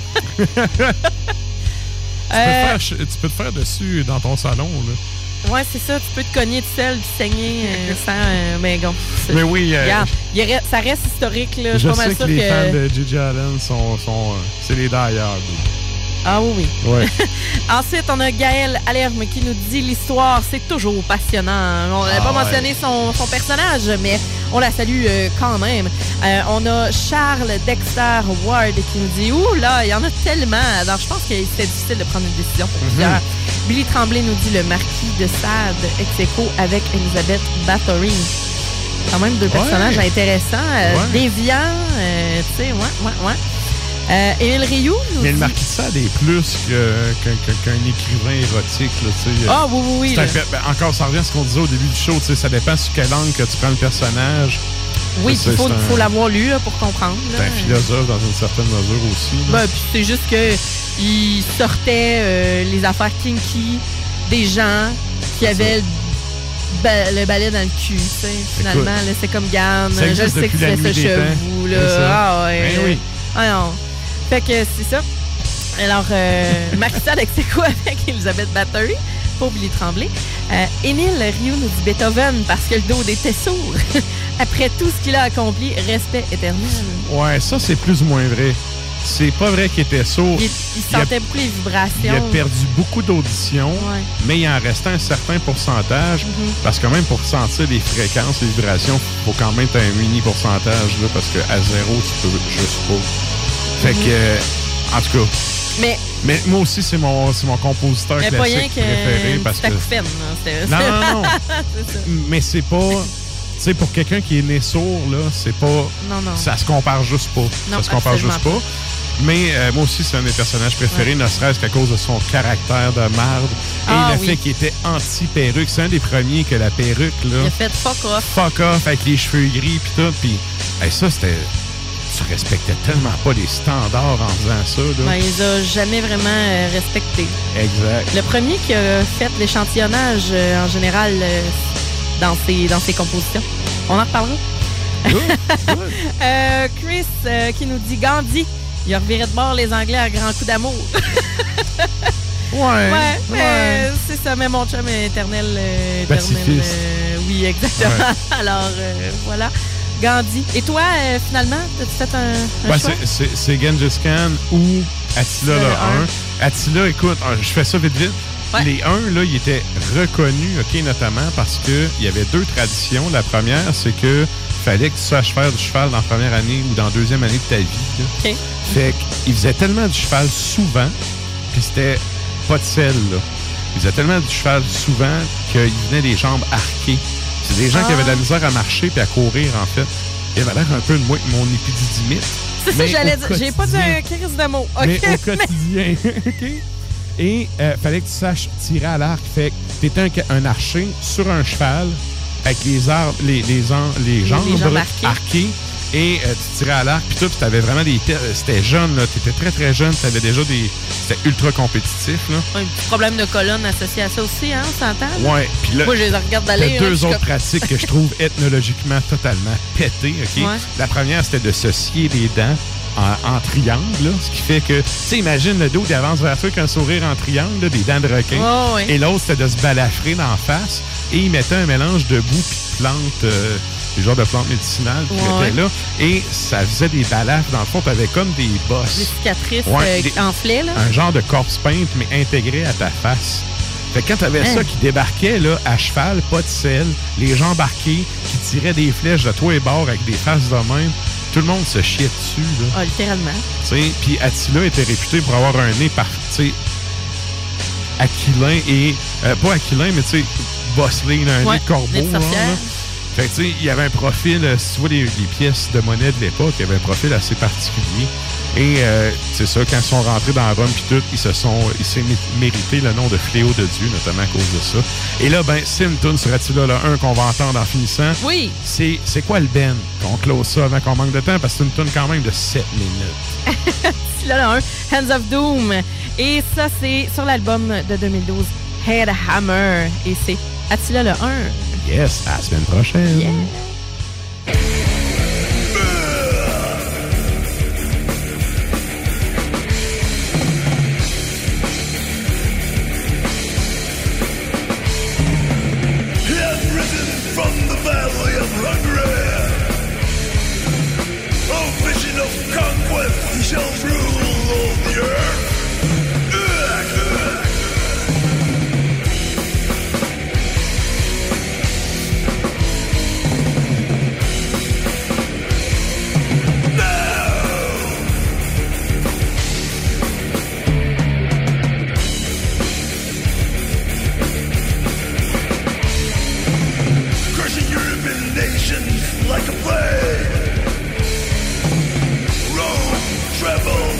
Tu peux te faire dessus dans ton salon, là. Ouais, c'est ça. Tu peux te cogner de sel puis saigner sans... mais bon. Mais oui. Regarde, ça reste historique, là. Je suis pas mal sais sûr que les fans de Gigi Allen sont c'est les die-hard. Ah oui. Ouais. Ensuite, on a Gaël Alerme qui nous dit l'histoire, c'est toujours passionnant. On n'a pas mentionné son personnage, mais on la salue quand même. On a Charles Dexter Ward qui nous dit ouh là, il y en a tellement. Alors, je pense que c'était difficile de prendre une décision pour plusieurs. Billy Tremblay nous dit le marquis de Sade, ex-aequo avec Elizabeth Bathory. Quand même 2 personnages intéressants, déviants, tu sais, ouais. Émile Rioux nous mais dit... le marquis de Sade est plus qu'un écrivain érotique. Là, oui. Encore, ça revient à ce qu'on disait au début du show. Ça dépend sur quelle angle que tu prends le personnage. Oui, il faut l'avoir lu là, pour comprendre. C'est un philosophe dans une certaine mesure aussi. Puis c'est juste qu'il sortait les affaires kinky des gens qui avaient le balai dans le cul. Finalement, là, c'est comme Gann. Je sais que tu fais ça chez vous. Là. Oui. Ah non. Fait que c'est ça. Alors, Marissa Lexico avec Elizabeth Bathory. pour Billy Tremblay. Émile Rioux nous dit Beethoven parce que le dos était sourd. Après tout ce qu'il a accompli, respect éternel. Ouais, ça, c'est plus ou moins vrai. C'est pas vrai qu'il était sourd. Il sentait beaucoup les vibrations. Il a perdu beaucoup d'audition, mais il en restait un certain pourcentage. Parce que même pour sentir les fréquences, les vibrations, il faut quand même être un mini pourcentage, là, parce qu'à zéro, tu peux juste pas. Fait que, en tout cas. Mais moi aussi, c'est mon compositeur classique préféré. Parce que non. C'est ça. Mais c'est pas. Tu sais, pour quelqu'un qui est né sourd, là, c'est pas. Non. Ça se compare juste pas. Non, ça se compare juste pas. Mais moi aussi, c'est un des personnages préférés, ne serait-ce qu'à cause de son caractère de marde et le fait qu'il était anti-perruque. C'est un des premiers que la perruque, là. Il a fait fuck off. Fuck off avec les cheveux gris pis tout. Puis ça, c'était. Tu respectais tellement pas les standards en faisant ça, là. Ben, il les a jamais vraiment respectés. Exact. Le premier qui a fait l'échantillonnage en général dans ses compositions. On en reparlera. Chris qui nous dit Gandhi. Il a reviré de bord les Anglais à grands coups d'amour. Ouais. C'est ça, mais mon chum est éternel. Pacifiste. Oui, exactement. Ouais. Alors, voilà. Gandhi. Et toi, finalement, as-tu fait un choix? C'est Gengis Khan ou Attila le 1. Attila, écoute, je fais ça vite. Ouais. Les 1, là, ils étaient reconnus, OK, notamment parce qu'il y avait 2 traditions. La première, c'est que fallait que tu saches faire du cheval dans la première année ou dans la deuxième année de ta vie. Là. OK. Fait qu'ils faisaient tellement du cheval souvent, puis c'était pas de sel, là. Ils faisaient tellement du cheval souvent qu'ils venaient les jambes arquées. C'est des gens qui avaient de la misère à marcher puis à courir, en fait. Il avait l'air un peu de moi que mon épididymite. C'est ça que j'allais dire. J'ai pas dit un crise de mots. Okay. Mais au quotidien. OK? Et fallait que tu saches tirer à l'arc. Fait que t'étais un archer sur un cheval avec les jambes arquées et tu tirais à l'arc puis tout, puis t'avais vraiment c'était jeune, là. T'étais très très jeune, t'avais déjà c'était ultra compétitif, là. Un petit problème de colonne associé à ça aussi, hein, on s'entend? Ouais, puis là, moi je les regarde d'aller. T'as 2 autres pratiques que je trouve ethnologiquement totalement pétées, OK? Ouais. La première, c'était de se scier les dents en triangle, là, ce qui fait que, tu sais, imagine le dos qui avance vers toi avec un sourire en triangle, là, des dents de requin. Oh, oui. Et l'autre, c'était de se balafrer d'en face. Et il mettait un mélange de boue puis de plantes, des genres de plantes médicinales qu'il mettait là. Et ça faisait des balafres. Dans le fond, t'avais comme des bosses. Des cicatrices enflées, là. Un genre de corpse paint, mais intégré à ta face. Fait que quand t'avais ça qui débarquait là, à cheval, pas de selle, les gens embarqués, qui tiraient des flèches de tous les bords avec des faces de même, tout le monde se chiait dessus. Là. Ah, littéralement. Puis Attila était réputé pour avoir un nez aquilin et... pas aquilin, mais tu sais, bosselé, un nez de corbeau. Là. Fait que tu sais, il y avait un profil, si tu vois les pièces de monnaie de l'époque, il y avait un profil assez particulier. Et c'est ça, quand ils sont rentrés dans Rome puis tout, il s'est mérité le nom de fléau de Dieu, notamment à cause de ça. Et là, c'est une toune sur Attila le 1 qu'on va entendre en finissant. Oui. C'est quoi le Ben? Qu'on close ça avant qu'on manque de temps, parce que c'est une toune quand même de 7 minutes. Attila le 1, Hands of Doom. Et ça, c'est sur l'album de 2012, Headhammer. Et c'est Attila le 1. Yes, à la semaine prochaine. Yeah. Shall rule all the earth. Crushing European nations like a plague. Rome, travel.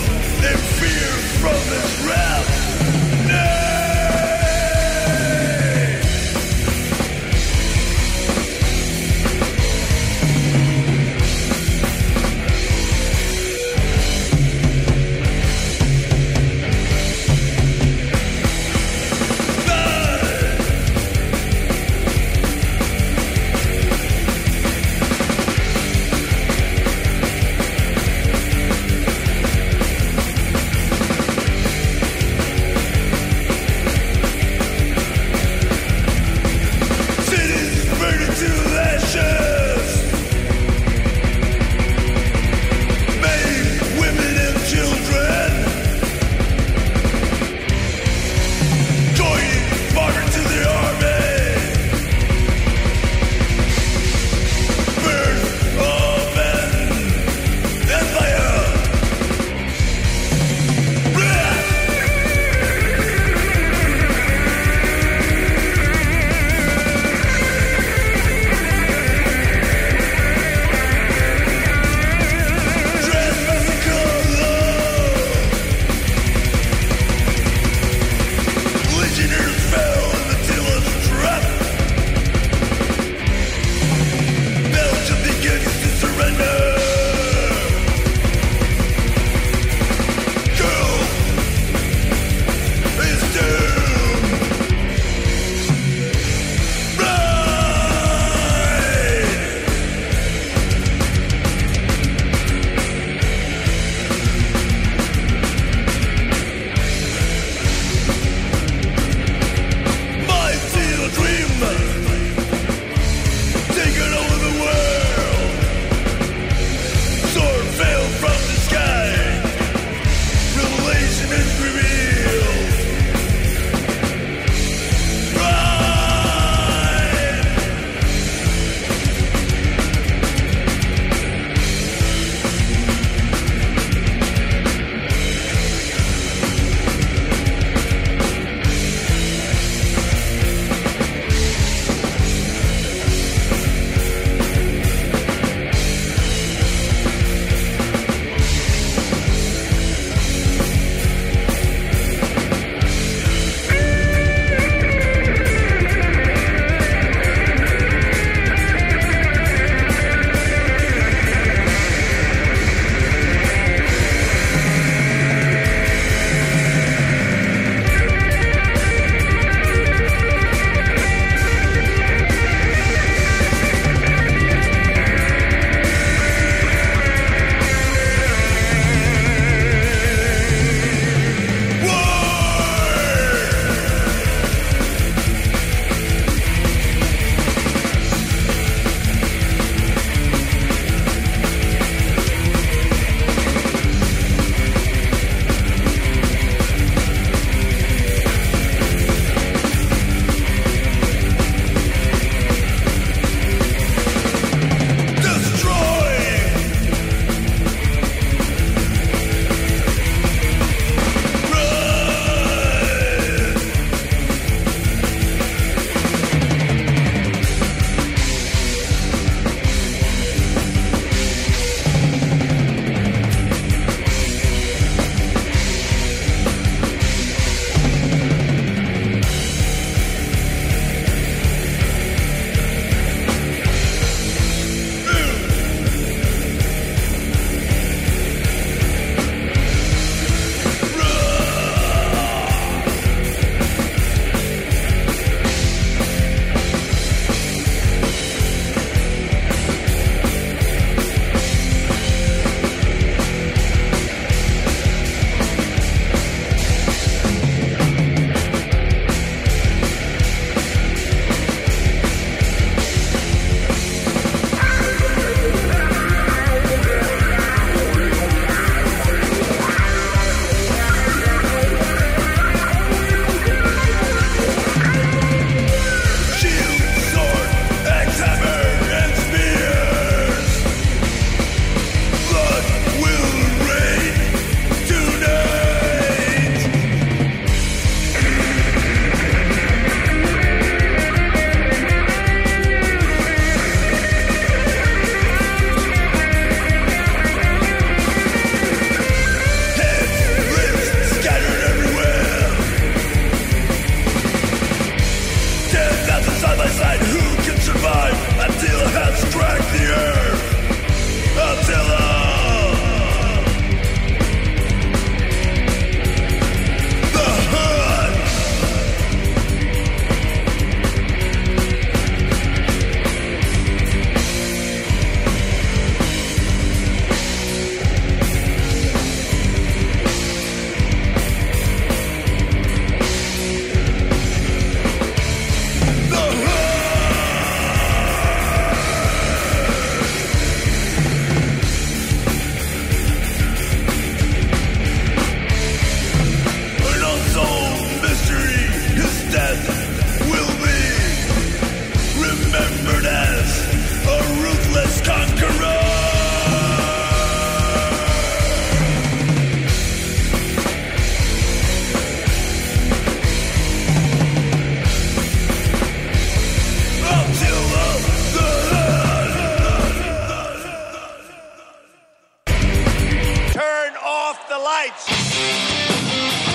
Lights!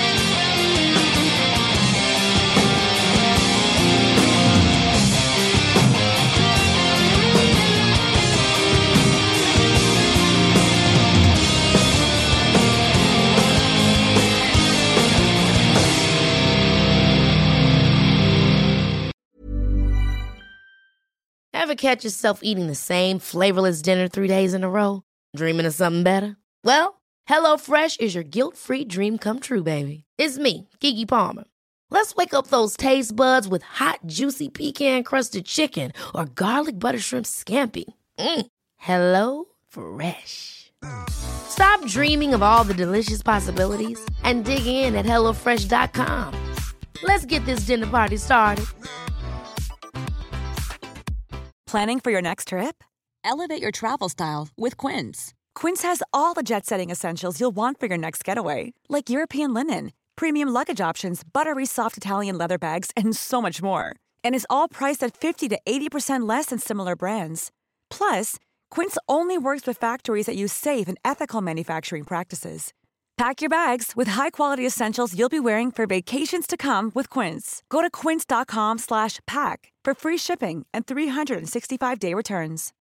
Ever catch yourself eating the same flavorless dinner 3 days in a row? Dreaming of something better? Well, HelloFresh is your guilt-free dream come true, baby. It's me, Keke Palmer. Let's wake up those taste buds with hot, juicy pecan-crusted chicken or garlic butter shrimp scampi. Hello Fresh. Stop dreaming of all the delicious possibilities and dig in at HelloFresh.com. Let's get this dinner party started. Planning for your next trip? Elevate your travel style with Quince. Quince has all the jet-setting essentials you'll want for your next getaway, like European linen, premium luggage options, buttery soft Italian leather bags, and so much more. And is all priced at 50 to 80% less than similar brands. Plus, Quince only works with factories that use safe and ethical manufacturing practices. Pack your bags with high-quality essentials you'll be wearing for vacations to come with Quince. Go to quince.com/pack for free shipping and 365-day returns.